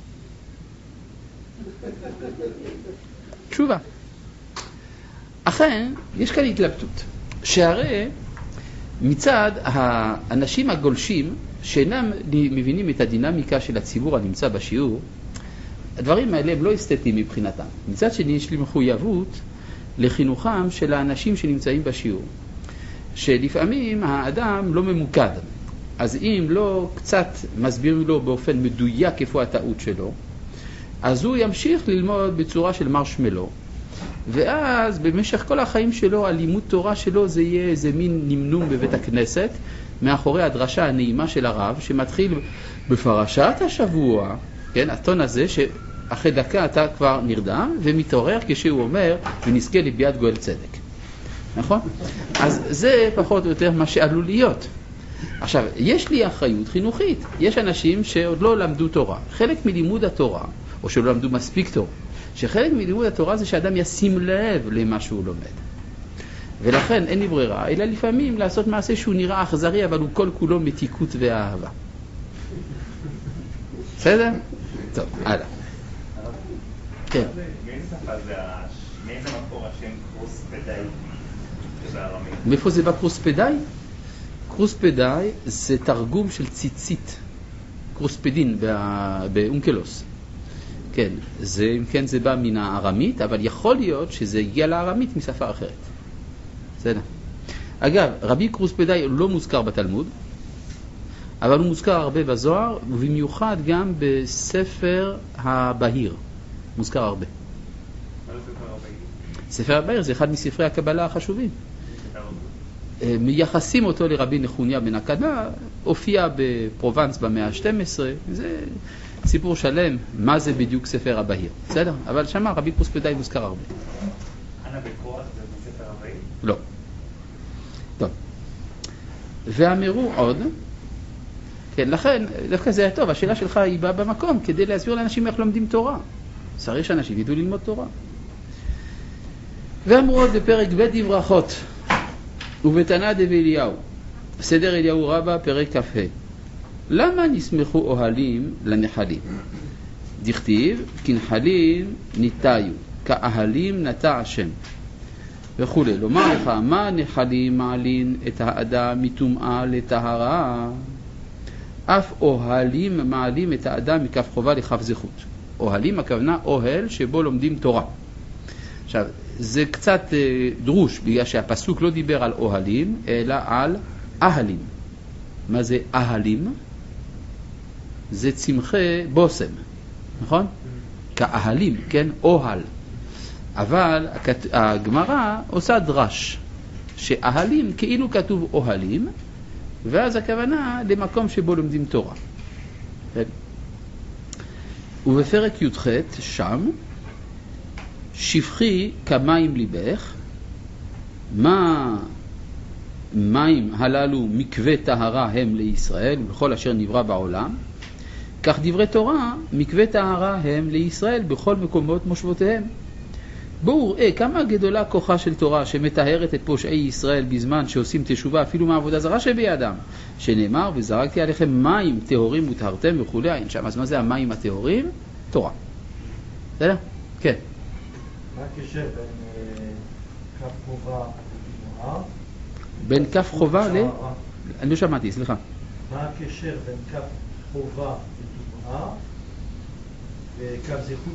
תשובה. אכן, יש כאן התלבטות. שהרי מצד האנשים הגולשים שאינם מבינים את הדינמיקה של הציבור הנמצא בשיעור, הדברים האלה הם לא אסתטיים מבחינתם. מצד שני יש לי מחויבות לחינוכם של האנשים שנמצאים בשיעור. שלפעמים האדם לא ממוקד. אז אם לא קצת מסבירים לו באופן מדויק איפה הטעות שלו, אז הוא ימשיך ללמוד בצורה של מרשמלו. ואז במשך כל החיים שלו, הלימוד תורה שלו זה יהיה איזה מין נמנום בבית הכנסת, מאחורי הדרשה הנעימה של הרב, שמתחיל בפרשת השבוע, כן, הטון הזה שאחרי דקה אתה כבר נרדם, ומתעורר כשהוא אומר, ונזכה לביאת גואל צדק. נכון? אז זה פחות או יותר מה שעלול להיות. עכשיו, יש לי אחריות חינוכית. יש אנשים שעוד לא למדו תורה. חלק מלימוד התורה, או שלא למדו מספיק תורה, שחלק מלימוד התורה זה שאדם ישים לב למה שהוא לומד. ולכן אין לי ברירה, אלא לפעמים לעשות מעשה שהוא נראה אכזרי, אבל הוא כל כולו מתיקות ואהבה. בסדר? טוב, הלאה. כן.
מאיזה מקור השם קרוספדאי שבארמית?
מאיפה זה בא קרוספדאי? קרוספדאי זה תרגום של ציצית, קרוספדין באונקלוס. כן, זה בא מן הארמית, אבל יכול להיות שזה הגיע לארמית משפה אחרת. בסדר. אגב, רבי קרוספדאי לא מוזכר בתלמוד, אבל הוא מוזכר הרבה בזוהר, ובמיוחד גם בספר הבהיר. מוזכר הרבה.
מה זה ספר הבהיר?
ספר הבהיר זה אחד מספרי הקבלה החשובים. מייחסים אותו לרבי נחוניה בן הקנה, הופיע בפרובנס במאה ה-12, זה סיפור שלם, מה זה בדיוק ספר הבהיר. בסדר? אבל שמה רבי קרוספדאי מוזכר הרבה.
אנה בקורח זה בספר הבהיר?
לא. טוב. ואמרו עוד, כן, לכן, דווקא זה היה טוב, השאלה שלך היא באה במקום, כדי להסביר לאנשים איך לומדים תורה. צריך שאנשים ידעו ללמוד תורה. ואמרו עוד בפרק ב' דברכות, ובתנא דאליהו, סדר אליהו רבה, פרק כ"ה. למה נסמכו אוהלים לנחלים? דכתיב, כנחלים ניטאיו, כאהלים נטע השם. וכו'. לומר לך, מה נחלים מעלין את האדם מטומאה לטהרה? אף אוהלים מעלים את האדם מכף חובה לכף זכות. אוהלים הכוונה אוהל שבו לומדים תורה. עכשיו, זה קצת דרוש, בגלל שהפסוק לא דיבר על אוהלים, אלא על אהלים. מה זה אהלים? זה צמחי בוסם, נכון? כאהלים, כן? אוהל. אבל הגמרא עושה דרש, שאהלים כאילו כתוב אוהלים, ואז הכוונה למקום שבו לומדים תורה. ובפרק י"ח שם, שפכי כמים ליבך, מה מים הללו מקווה טהרה הם לישראל בכל אשר נברא בעולם, כך דברי תורה מקווה טהרה הם לישראל בכל מקומות מושבותיהם. בואו ראה כמה גדולה כוחה של תורה שמטהרת את פושעי ישראל בזמן שעושים תשובה אפילו מהעבודה זרה שבידם, שנאמר וזרקתי עליכם מים טהורים וטהרתם וכולי. אין שם. אז מה זה המים הטהורים? תורה. בסדר? כן.
מה הקשר בין כף חובה לתנועה?
בין כף חובה ל... אני לא שמעתי, סליחה.
מה הקשר בין כף חובה לתנועה וכף זכות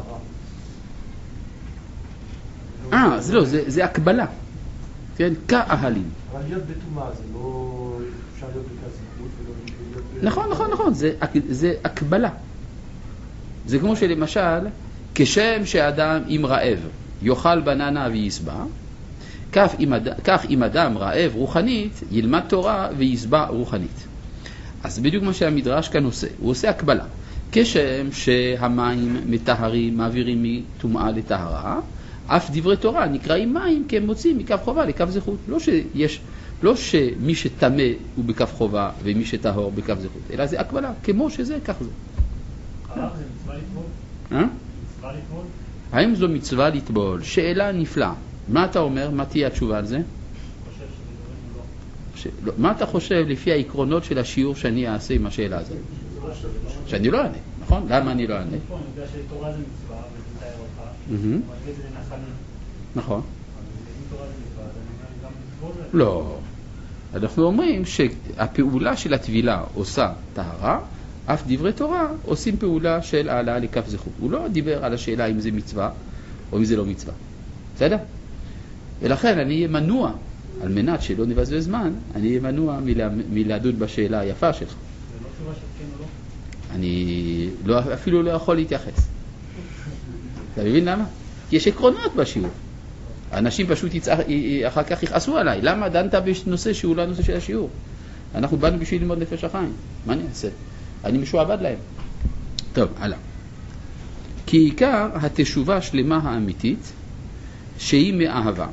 לטהרה?
זה לא, זה הקבלה. כן, כאהלים.
אבל להיות בטומאה זה לא אפשר להיות בכף זכות ולא להיות...
נכון, זה הקבלה. זה כמו שלמשל, כשם שאדם עם רעב יאכל בננה ויסבע, כך אם אדם רעב רוחנית ילמד תורה ויסבע רוחנית. אז בדיוק מה שהמדרש כאן עושה, הוא עושה הקבלה. כשם שהמים מטהרים, מעבירים מטומאה לטהרה, אף דברי תורה נקראים מים כי הם מוצאים מכף חובה לכף זכות. לא שמי שטמא הוא בכף חובה ומי שטהור בכף זכות, אלא זה הקבלה, כמו שזה, כך זה.
זה מצווה לטבול? מצווה לטבול?
האם זו מצווה לטבול? שאלה נפלאה. מה אתה אומר? מה תהיה התשובה על זה?
אני חושב שבדברים הוא לא.
מה אתה חושב לפי העקרונות של השיעור שאני אעשה עם השאלה הזאת? שאני לא אענה, נכון? למה אני לא אענה?
אני יודע שתורה זה מצווה וזה תאר אותך, אבל זה נחלים.
נכון.
אבל אם תורה זה מצווה, אז אני גם לטבול.
לא. אנחנו אומרים שהפעולה של הטבילה עושה טהרה, אף דברי תורה עושים פעולה של העלאה לכף זכות. הוא לא דיבר על השאלה אם זה מצווה או אם זה לא מצווה. בסדר? ולכן אני אהיה מנוע, על מנת שלא נבזבז זמן, אני אהיה מנוע מלדון בשאלה היפה שלך.
זה לא תשובה של כן או לא?
אני אפילו לא יכול להתייחס. אתה מבין למה? כי יש עקרונות בשיעור. האנשים פשוט אחר כך יכעסו עליי. למה דנת בנושא שהוא לא הנושא של השיעור? אנחנו באנו בשביל ללמוד נפש החיים. מה אני אעשה? אני משועבד להם. טוב, הלאה. כי עיקר התשובה שלמה האמיתית, שהיא מאהבה,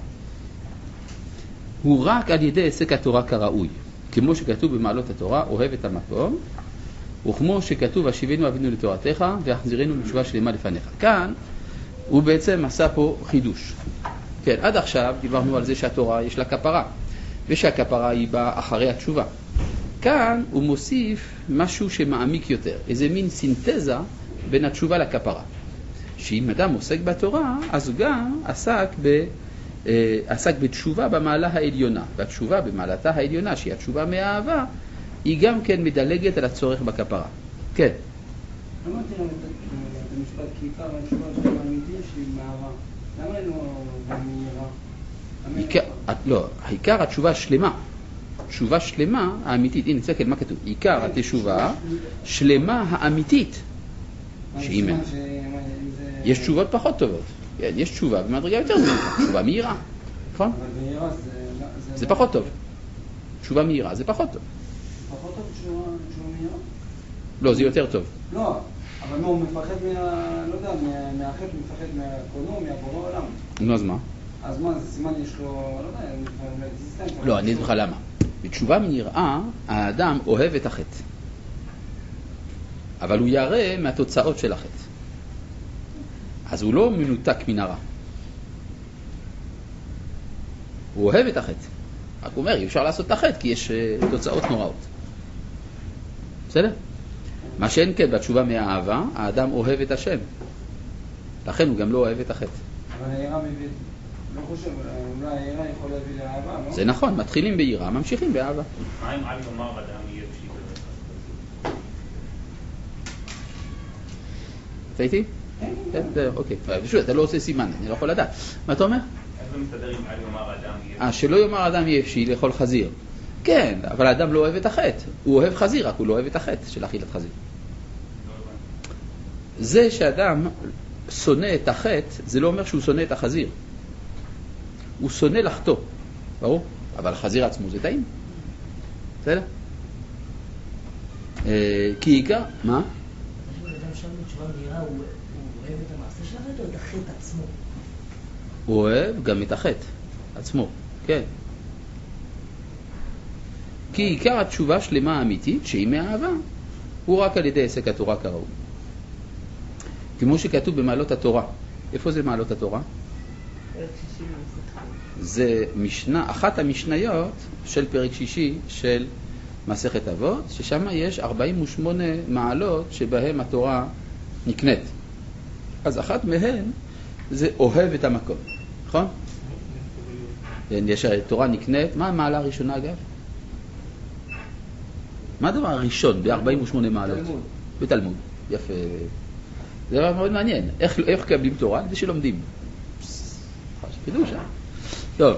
הוא רק על ידי עסק התורה כראוי, כמו שכתוב במעלות התורה, אוהב את המקום, וכמו שכתוב, השיבנו אבינו לתורתך, והחזירנו לתשובה שלמה לפניך. כאן הוא בעצם עשה פה חידוש. כן, עד עכשיו דיברנו על זה שהתורה יש לה כפרה, ושהכפרה היא באה אחרי התשובה. כאן הוא מוסיף משהו שמעמיק יותר, איזה מין סינתזה בין התשובה לכפרה. שאם אדם עוסק בתורה, אז הוא גם עסק בתשובה במעלה העליונה. והתשובה במעלתה העליונה, שהיא התשובה מהאהבה, היא גם כן מדלגת על הצורך בכפרה. כן.
אמרתי לנו את המשפט, כי עיקר התשובה של האמיתי שהיא מאהבה. למה לא מהירה?
לא, העיקר התשובה שלמה. תשובה שלמה האמיתית. הנה, תסתכל מה כתוב. עיקר התשובה שלמה האמיתית. יש תשובות פחות טובות. יש תשובה במדרגה יותר זמן. תשובה מהירה. נכון?
אבל מהירה
זה פחות טוב. תשובה מהירה זה פחות טוב.
פחות טוב תשובה מהירה?
לא, זה יותר טוב.
לא, אבל הוא מפחד לא יודע, מהחטא, הוא מפחד מהקונו, מהבורא העולם.
נו, אז מה?
אז מה, זה סימן יש לו, לא יודע,
לא, אני אגיד לך למה. בתשובה מהירה, האדם אוהב את החטא. אבל הוא ירא מהתוצאות של החטא. אז הוא לא מנותק מן הרע. הוא אוהב את החטא. רק הוא אומר, אי אפשר לעשות את החטא, כי יש תוצאות נוראות. בסדר? מה שאין כן בתשובה מהאהבה, האדם אוהב את השם. לכן הוא גם לא אוהב את החטא.
אבל היראה מביא, לא חושב, אולי היראה יכול להביא לאהבה, לא?
זה נכון, מתחילים ביראה, ממשיכים באהבה.
מה אם על יאמר אדם יהיה פשיט
אתה איתי? כן. אוקיי. פשוט, אתה לא עושה סימן, אני לא יכול לדעת. מה אתה אומר?
איך זה מסתדר אם על יאמר אדם יהיה?
שלא יאמר אדם יהיה פשיט לאכול חזיר. כן, אבל האדם לא אוהב את החטא. הוא אוהב חזיר, רק הוא לא אוהב את החטא של אכילת חזיר. זה שאדם שונא את החטא, זה לא אומר שהוא שונא את החזיר. הוא שונא לחטוא, ברור? אבל החזיר עצמו זה טעים. בסדר? כי עיקר, מה?
אדם שם בתשובה מהירה, הוא אוהב את המעשה של החטא או את החטא עצמו?
הוא אוהב גם את החטא עצמו, כן. כי עיקר התשובה שלמה האמיתית, שהיא מהאהבה, הוא רק על ידי עסק התורה כראוי. כמו שכתוב במעלות התורה. איפה זה מעלות התורה? זה משנה, אחת המשניות של פרק שישי של מסכת אבות, ששם יש 48 מעלות שבהם התורה נקנית. אז אחת מהן זה אוהב את המקום, נכון? יש תורה נקנית. מה המעלה הראשונה אגב? מה הדבר הראשון ב-48 מעלות?
בתלמוד.
בתלמוד, יפה. זה דבר מאוד מעניין. איך קבלים תורה? זה שלומדים. חידוש, טוב,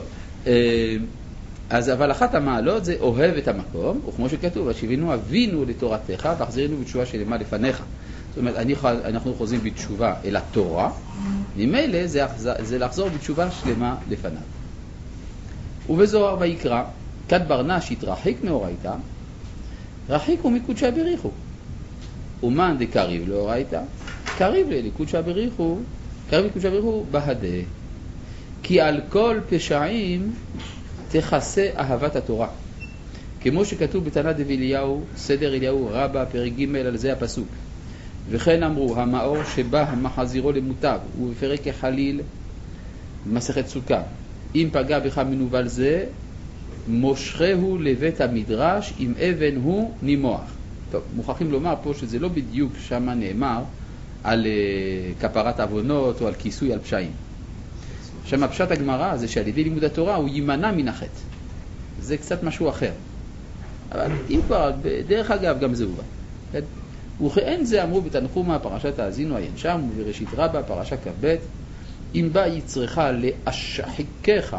אז אבל אחת המעלות זה אוהב את המקום, וכמו שכתוב, השיבינו אבינו לתורתך והחזירנו בתשובה שלמה לפניך. זאת אומרת, אנחנו חוזרים בתשובה אל התורה, ממילא זה לחזור בתשובה שלמה לפניו. ובזוהר ויקרא, כד ברנש התרחיק מאורייתא, רחיקו מקודשא בריחו. ומאן דקריב לאורייתא, קריב לקודשא בריחו, קריב לקודשא בריחו בהדה. כי על כל פשעים תכסה אהבת התורה. כמו שכתוב בתנא דבי אליהו, סדר אליהו רבה, פרק ג' על זה הפסוק. וכן אמרו, המאור שבא מחזירו למוטב, ובפרק החליל, מסכת סוכה. אם פגע בך מנוול זה, מושכהו לבית המדרש, עם אבן הוא נימוח. טוב, מוכרחים לומר פה שזה לא בדיוק שמה נאמר על כפרת עוונות או על כיסוי על פשעים. שם הפשט הגמרא זה שעל ידי לימוד התורה הוא יימנע מן החטא. זה קצת משהו אחר. אבל אם כבר, דרך אגב גם זה הובא. כן? וכאין זה אמרו בתנחומא פרשת האזינו עיין שם ובראשית רבה פרשה כ"ב, אם בא יצרך להשחיקך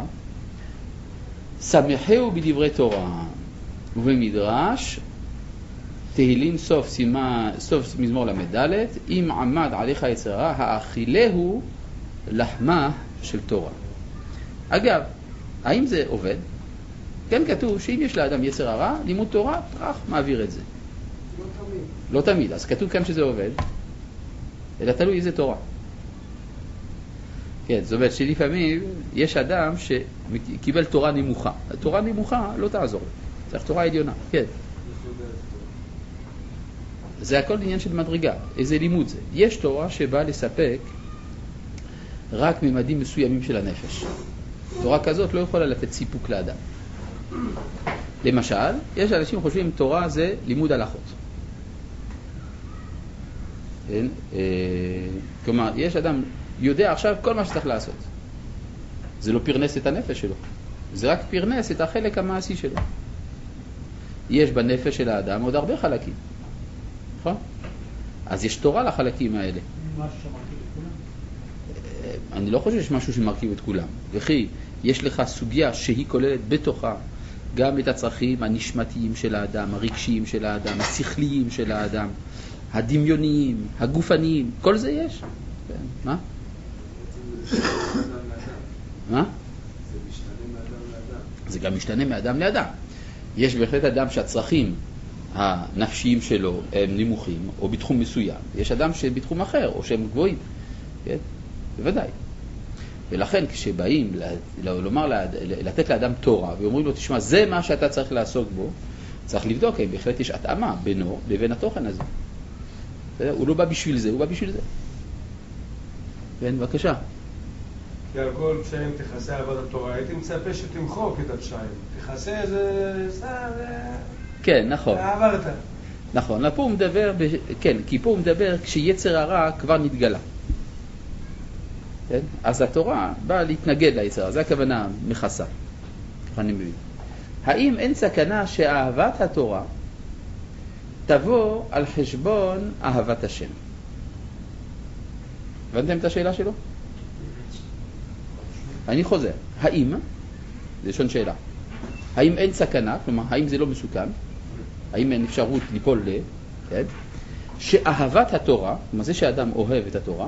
שמחהו בדברי תורה. ובמדרש תהילים סוף מזמור למדלת, אם עמד עליך יצר הרע האכילהו לחמה של תורה. אגב, האם זה עובד? כן כתוב שאם יש לאדם יצר הרע, לימוד תורה, מעביר את זה.
לא תמיד.
לא תמיד, אז כתוב כאן שזה עובד, אלא תלוי איזה תורה. כן, זאת אומרת שלפעמים יש אדם שקיבל תורה נמוכה. התורה נמוכה לא תעזור לו, צריך תורה עליונה, כן. זה הכל עניין של מדרגה, איזה לימוד זה. יש תורה שבאה לספק רק ממדים מסוימים של הנפש. תורה כזאת לא יכולה לתת סיפוק לאדם. למשל, יש אנשים חושבים תורה זה לימוד הלכות. כן? כלומר, יש אדם יודע עכשיו כל מה שצריך לעשות. זה לא פרנס את הנפש שלו. זה רק פרנס את החלק המעשי שלו. יש בנפש של האדם עוד הרבה חלקים. נכון? אז יש תורה לחלקים האלה.
משהו שמרכיב את כולם?
אני לא חושב שיש משהו שמרכיב את כולם. וכי יש לך סוגיה שהיא כוללת בתוכה גם את הצרכים הנשמתיים של האדם, הרגשיים של האדם, השכליים של האדם, הדמיוניים, הגופניים, כל זה יש. מה? מה?
זה משתנה מאדם לאדם.
זה גם משתנה מאדם לאדם. יש בהחלט אדם שהצרכים הנפשיים שלו הם נמוכים או בתחום מסוים. יש אדם שבתחום אחר או שהם גבוהים. כן? בוודאי. ולכן כשבאים לומר, לתת לאדם תורה ואומרים לו תשמע זה מה שאתה צריך לעסוק בו, צריך לבדוק אם בהחלט יש התאמה בינו לבין התוכן הזה. הוא לא בא בשביל זה, הוא בא בשביל זה. כן, בבקשה.
כי על כל פשעים תכסה אהבת התורה, הייתי מצפה שתמחוק את הפשעים. תכסה זה סתם,
כן, נכון.
עברת.
נכון, פה הוא מדבר, כן, כי פה הוא מדבר כשיצר הרע כבר נתגלה. כן? אז התורה באה להתנגד ליצר הרע, זה הכוונה מכסה. ככה אני מבין. האם אין סכנה שאהבת התורה תבוא על חשבון אהבת השם? הבנתם את השאלה שלו? אני חוזר. האם, זה לשון שאלה, האם אין סכנה, כלומר, האם זה לא מסוכן? האם אין אפשרות ליפול כן? שאהבת התורה, כלומר זה שאדם אוהב את התורה,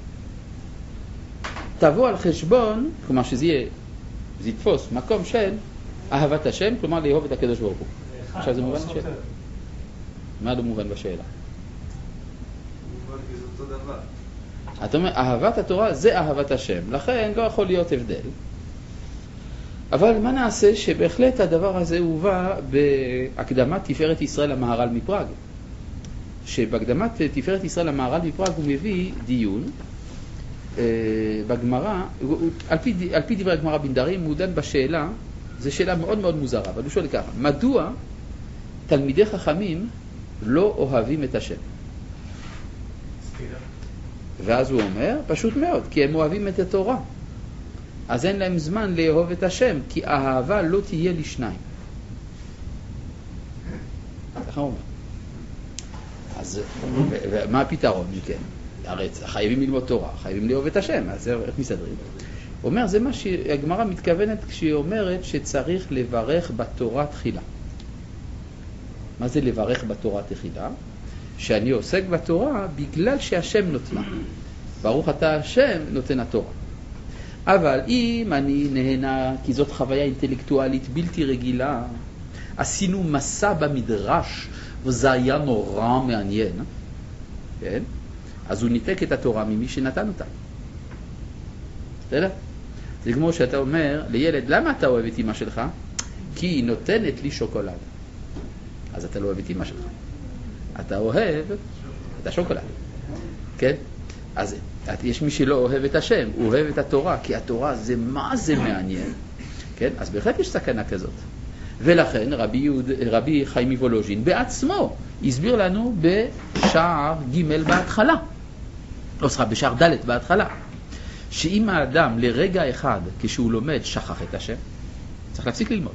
תבוא על חשבון, כלומר שזה יתפוס מקום של אהבת השם, כלומר לאהוב את הקדוש ברוך הוא. עכשיו זה מובן בשאלה? מה לא מובן בשאלה?
מובן כי זה אותו דבר.
אתה אומר, אהבת התורה זה אהבת השם, לכן לא יכול להיות הבדל. אבל מה נעשה שבהחלט הדבר הזה הובא בהקדמת תפארת ישראל המהר"ל מפראג. שבהקדמת תפארת ישראל המהר"ל מפראג הוא מביא דיון בגמרא, על פי דברי הגמרא בנדרים, הוא דן בשאלה, זו שאלה מאוד מאוד מוזרה, אבל הוא שואל ככה, מדוע תלמידי חכמים לא אוהבים את השם? ואז הוא אומר, פשוט מאוד, כי הם אוהבים את התורה. אז אין להם זמן לאהוב את השם, כי האהבה לא תהיה לשניים. ככה הוא אומר. אז מה הפתרון? כן, הרי חייבים ללמוד תורה, חייבים לאהוב את השם, אז איך מסתדרים? הוא אומר, זה מה שהגמרא מתכוונת כשהיא אומרת שצריך לברך בתורה תחילה. מה זה לברך בתורה תחילה? שאני עוסק בתורה בגלל שהשם נותנה. ברוך אתה השם נותן התורה. אבל אם אני נהנה, כי זאת חוויה אינטלקטואלית בלתי רגילה, עשינו מסע במדרש, וזה היה נורא מעניין, כן? אז הוא ניתק את התורה ממי שנתן אותה. בסדר? זה כמו שאתה אומר לילד, למה אתה אוהב את אמא שלך? כי היא נותנת לי שוקולד. אז אתה לא אוהב את אמא שלך. אתה אוהב את השוקולד. כן? אז יש מי שלא אוהב את השם, הוא אוהב את התורה, כי התורה זה מה זה מעניין. כן? אז בהחלט יש סכנה כזאת. ולכן רבי חיים מוולוז'ין בעצמו הסביר לנו בשער ג' בהתחלה, לא סליחה, בשער ד' בהתחלה, שאם האדם לרגע אחד כשהוא לומד שכח את השם, צריך להפסיק ללמוד,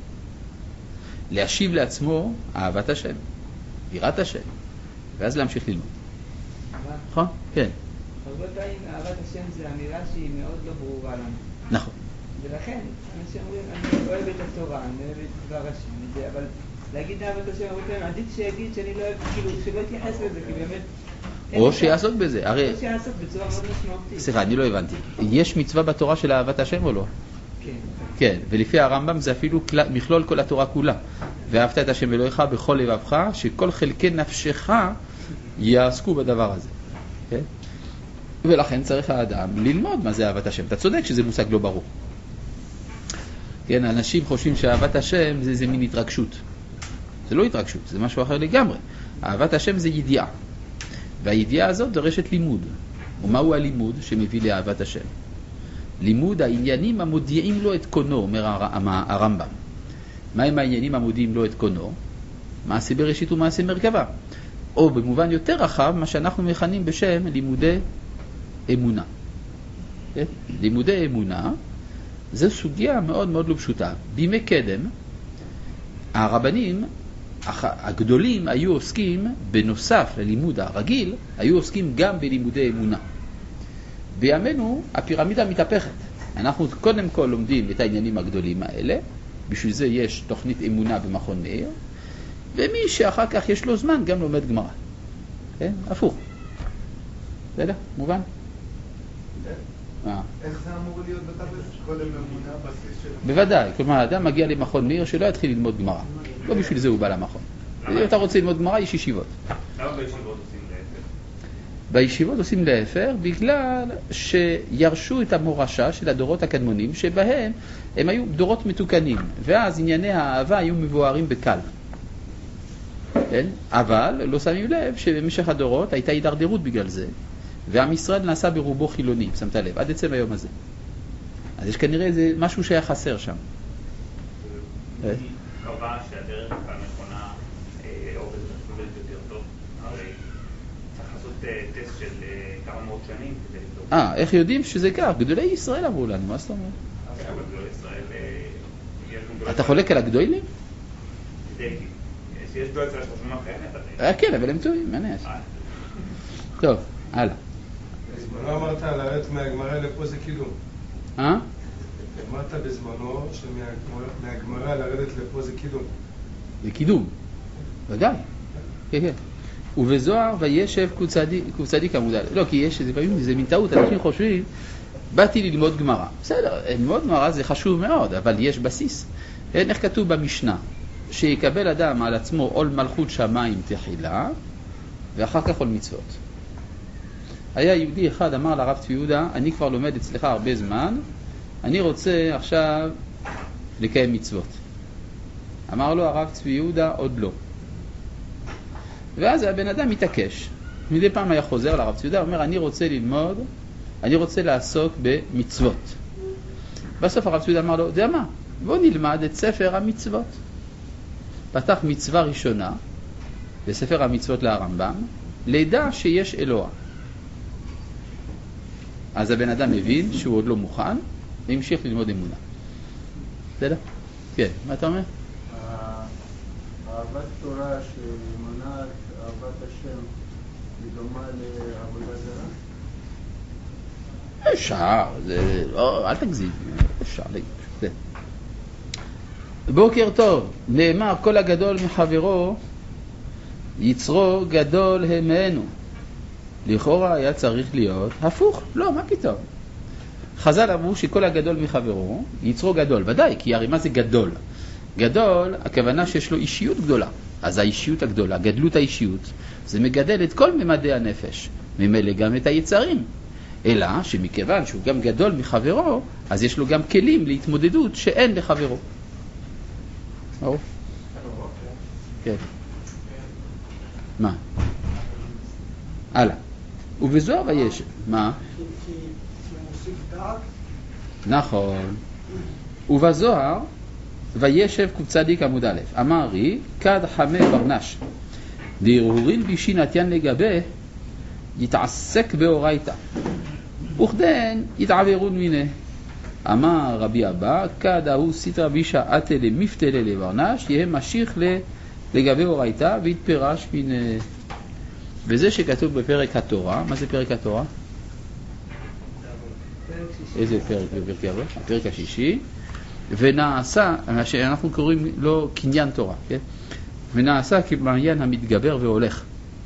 להשיב לעצמו אהבת השם, יראת השם, ואז להמשיך ללמוד. נכון? כן.
הרבה פעמים אהבת השם זה אמירה שהיא מאוד לא ברורה לנו.
נכון.
ולכן, אנשים אומרים, אני אוהב את התורה, אני אוהב את דבר השם, אבל להגיד אהבת השם הרבה פעמים, עדיף שיגיד שאני לא אוהב, כאילו, שלא יתייחס לזה, כי באמת...
או שיעסוק בזה, הרי...
או שיעסוק בצורה מאוד משמעותית.
סליחה, אני לא הבנתי. יש מצווה בתורה של אהבת השם או לא?
כן.
כן, ולפי הרמב"ם זה אפילו מכלול כל התורה כולה. ואהבת את השם אלוהיך בכל לבבך, שכל חלקי נפשך יעסקו בדבר הזה. כן? ולכן צריך האדם ללמוד מה זה אהבת השם. אתה צודק שזה מושג לא ברור. כן, אנשים חושבים שאהבת השם זה מין התרגשות. זה לא התרגשות, זה משהו אחר לגמרי. אהבת השם זה ידיעה. והידיעה הזאת דורשת לימוד. ומהו הלימוד שמביא לאהבת השם? לימוד העניינים המודיעים לו את קונו, אומר הרמב"ם. מהם העניינים המודיעים לו את קונו? מעשה בראשית ומעשה מרכבה. או במובן יותר רחב, מה שאנחנו מכנים בשם לימודי אמונה. כן? לימודי אמונה זו סוגיה מאוד מאוד לא פשוטה. בימי קדם, הרבנים הגדולים היו עוסקים, בנוסף ללימוד הרגיל, היו עוסקים גם בלימודי אמונה. בימינו הפירמידה מתהפכת. אנחנו קודם כל לומדים את העניינים הגדולים האלה, בשביל זה יש תוכנית אמונה במכון מאיר, ומי שאחר כך יש לו זמן גם לומד גמרא. כן? הפוך. בסדר? מובן?
איך זה אמור להיות בתכלס? קודם אמונה, בסיס של...
בוודאי. כלומר, האדם מגיע למכון מאיר שלא יתחיל ללמוד גמרא. לא בשביל זה הוא בא למכון. אם אתה רוצה ללמוד גמרא, יש ישיבות.
למה בישיבות עושים להפך?
בישיבות עושים להפך בגלל שירשו את המורשה של הדורות הקדמונים, שבהם הם היו דורות מתוקנים, ואז ענייני האהבה היו מבוארים בקל. כן? אבל לא שמים לב שבמשך הדורות הייתה הידרדרות בגלל זה, ועם ישראל נעשה ברובו חילוני, שמת לב, עד עצם היום הזה. אז יש כנראה איזה משהו שהיה חסר שם.
היא קבעה שהדרך הנכונה עובדת יותר טוב, הרי צריך לעשות טסט של כמה מאות שנים כדי לבדוק.
איך יודעים שזה כך? גדולי ישראל אמרו לנו, מה זאת אומרת?
אבל גדולי ישראל...
אתה חולק על הגדולים?
יש גדול אצל השלושים אחרת.
כן, אבל הם טועים, מה נעשה? טוב, הלאה.
לא אמרת לרדת מהגמרא לפה זה קידום. אמרת בזמנו שמהגמרא לרדת לפה זה קידום.
זה קידום, ודאי. כן, כן. ובזוהר וישב קצ"ד עמוד א'. לא, כי יש, זה מין טעות, אנשים חושבים, באתי ללמוד גמרא. בסדר, ללמוד גמרא זה חשוב מאוד, אבל יש בסיס. איך כתוב במשנה? שיקבל אדם על עצמו עול מלכות שמיים תחילה, ואחר כך עול מצוות. היה יהודי אחד אמר לרב צבי יהודה, אני כבר לומד אצלך הרבה זמן, אני רוצה עכשיו לקיים מצוות. אמר לו הרב צבי יהודה, עוד לא. ואז הבן אדם מתעקש. מדי פעם היה חוזר לרב צבי יהודה, אומר, אני רוצה ללמוד, אני רוצה לעסוק במצוות. בסוף הרב צבי יהודה אמר לו, יודע מה? בוא נלמד את ספר המצוות. פתח מצווה ראשונה בספר המצוות להרמב"ם, לידע שיש אלוה. אז הבן אדם מבין שהוא עוד לא מוכן, והמשיך ללמוד אמונה. בסדר? כן, מה אתה אומר?
אהבת תורה שמונעת אהבת השם היא דומה לעבודה זרה?
אפשר, זה לא, אל תגזים, אפשר להגיד. בוקר טוב, נאמר כל הגדול מחברו יצרו גדול ממנו. לכאורה היה צריך להיות הפוך, לא, מה פתאום? חז"ל אמרו שכל הגדול מחברו יצרו גדול, ודאי, כי הרי מה זה גדול? גדול, הכוונה שיש לו אישיות גדולה. אז האישיות הגדולה, גדלות האישיות, זה מגדל את כל ממדי הנפש, ממילא גם את היצרים. אלא שמכיוון שהוא גם גדול מחברו, אז יש לו גם כלים להתמודדות שאין לחברו. ברור? כן. מה? הלאה. ובזוהר וישב. מה? נכון. ובזוהר וישב קצ"ד עמוד א'. אמר רי, כד חמי ברנש. דהרהורין בשינתיין לגבי יתעסק באורייתא. וכדן יתעברון מיני. אמר רבי אבא, כד ההוא סיטרא בישא אתא למפתלה לברנש, יהיה משיך לגבי אורייתא ויתפרש מיני. וזה שכתוב בפרק התורה, מה זה פרק התורה? איזה פרק בפרק אבות? הפרק השישי. ונעשה, שאנחנו קוראים לו קניין תורה, כן? ונעשה כמעיין המתגבר והולך.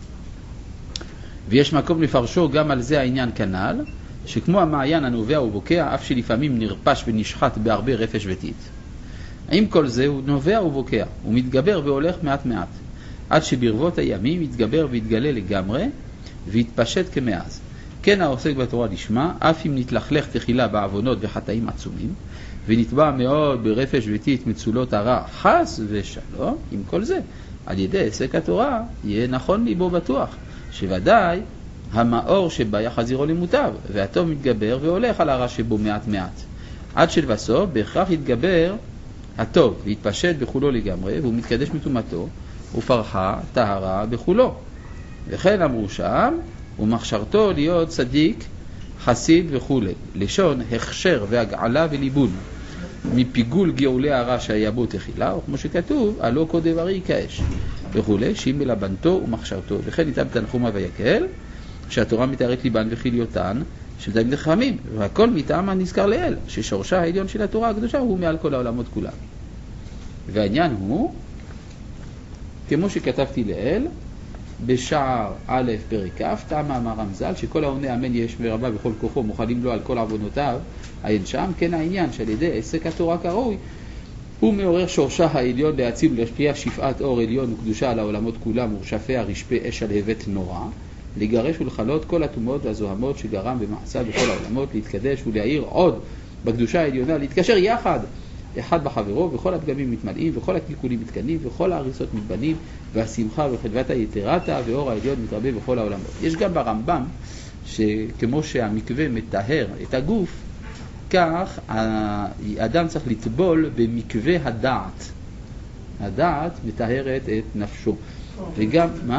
ויש מקום לפרשו גם על זה העניין כנ"ל, שכמו המעיין הנובע ובוקע, אף שלפעמים נרפש ונשחט בהרבה רפש וטיט. עם כל זה הוא נובע ובוקע, הוא מתגבר והולך מעט מעט, עד שברבות הימים יתגבר ויתגלה לגמרי, ויתפשט כמאז. כן העוסק בתורה לשמה, אף אם נתלכלך תחילה בעוונות וחטאים עצומים, ונתבע מאוד ברפש וטיט מצולות הרע חס ושלום, עם כל זה, על ידי עסק התורה, יהיה נכון ליבו בטוח, שוודאי המאור שבה יחזירו למוטב, והטוב מתגבר והולך על הרע שבו מעט מעט, עד שלבסוף בהכרח יתגבר הטוב ויתפשט בחולו לגמרי, והוא מתקדש מטומאתו, ופרחה טהרה בחולו. וכן אמרו שם, ומחשרתו להיות צדיק, חסיד וכו'. לשון הכשר והגעלה וליבון, מפיגול גאולי הרע שהיה בו תחילה, או כמו שכתוב, הלא כה דברי כאש וכו', שאם מלבנתו ומחשרתו. וכן ניתן בתנחומה ויקל, שהתורה מתארת ליבן וחיליותן של תלמידי חכמים, והכל מטעם הנזכר לאל, ששורשה העליון של התורה הקדושה הוא מעל כל העולמות כולם. והעניין הוא, כמו שכתבתי לאל, בשער א' פרק כ', טעם מאמר רמז"ל, שכל העונה אמן יש מרבה בכל כוחו, מוכנים לו על כל עוונותיו, אין שם, כן העניין שעל ידי עסק התורה כראוי, הוא מעורר שורשה העליון להציל ולהשפיע שפעת אור עליון וקדושה על העולמות כולם, ורשפיה רשפי אש על הבט נורא, לגרש ולחלות כל הטומאות והזוהמות שגרם במעשה בכל העולמות, להתקדש ולהאיר עוד בקדושה העליונה, להתקשר יחד אחד בחברו, וכל הפגמים מתמלאים, וכל הקלקולים מתקנים, וכל ההריסות מתבנים, והשמחה וחדוות היתרתה, ואור העליון מתרבה בכל העולמות. יש גם ברמב"ם, שכמו שהמקווה מטהר את הגוף, כך האדם צריך לטבול במקווה הדעת. הדעת מטהרת את נפשו. וגם, מה?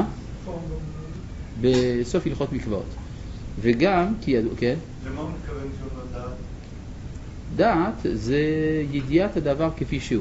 בסוף הלכות מקוואות. וגם, כי ידעו, כן?
למה הוא מתכוון שהוא לדעת?
דעת זה ידיעת הדבר כפי שהוא.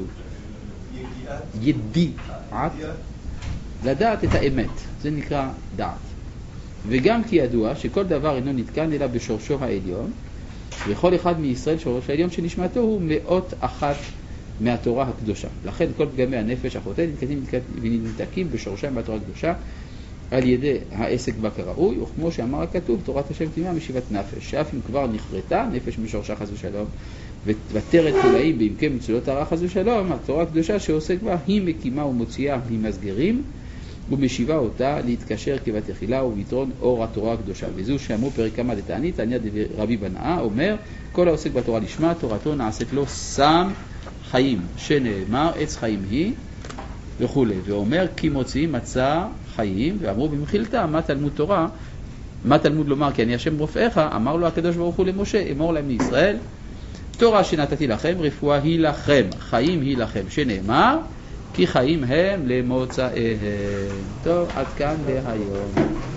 ידיעת? לדעת את האמת. זה נקרא דעת. וגם כי ידוע שכל דבר אינו נתקן אלא בשורשו העליון, וכל אחד מישראל שורש העליון שנשמתו הוא 101 מהתורה הקדושה. לכן כל פגמי הנפש החוטאת נתקים בשורשם בתורה הקדושה על ידי העסק בה כראוי, וכמו שאמר הכתוב, תורת השם תמימה משיבת נפש, שאף אם כבר נחרטה נפש משורשה חס ושלום ותרת תולעים בעמקי מצולות הרע חס ושלום, התורה הקדושה שעוסק בה היא מקימה ומוציאה ממסגרים ומשיבה אותה להתקשר כבתחילה וביתרון אור התורה הקדושה. וזו שאמרו פרק כמה דתענית, תענית רבי בנאה אומר, כל העוסק בתורה לשמה תורתו נעשית לו סם חיים, שנאמר עץ חיים היא וכו'. ואומר כי מוציאים מצא חיים, ואמרו במחילתה מה תלמוד תורה, מה תלמוד לומר כי אני השם רופאיך, אמר לו הקדוש ברוך הוא למשה, אמור להם לישראל, תורה שנתתי לכם, רפואה היא לכם, חיים היא לכם, שנאמר כי חיים הם למוצאיהם. טוב, עד כאן להיום.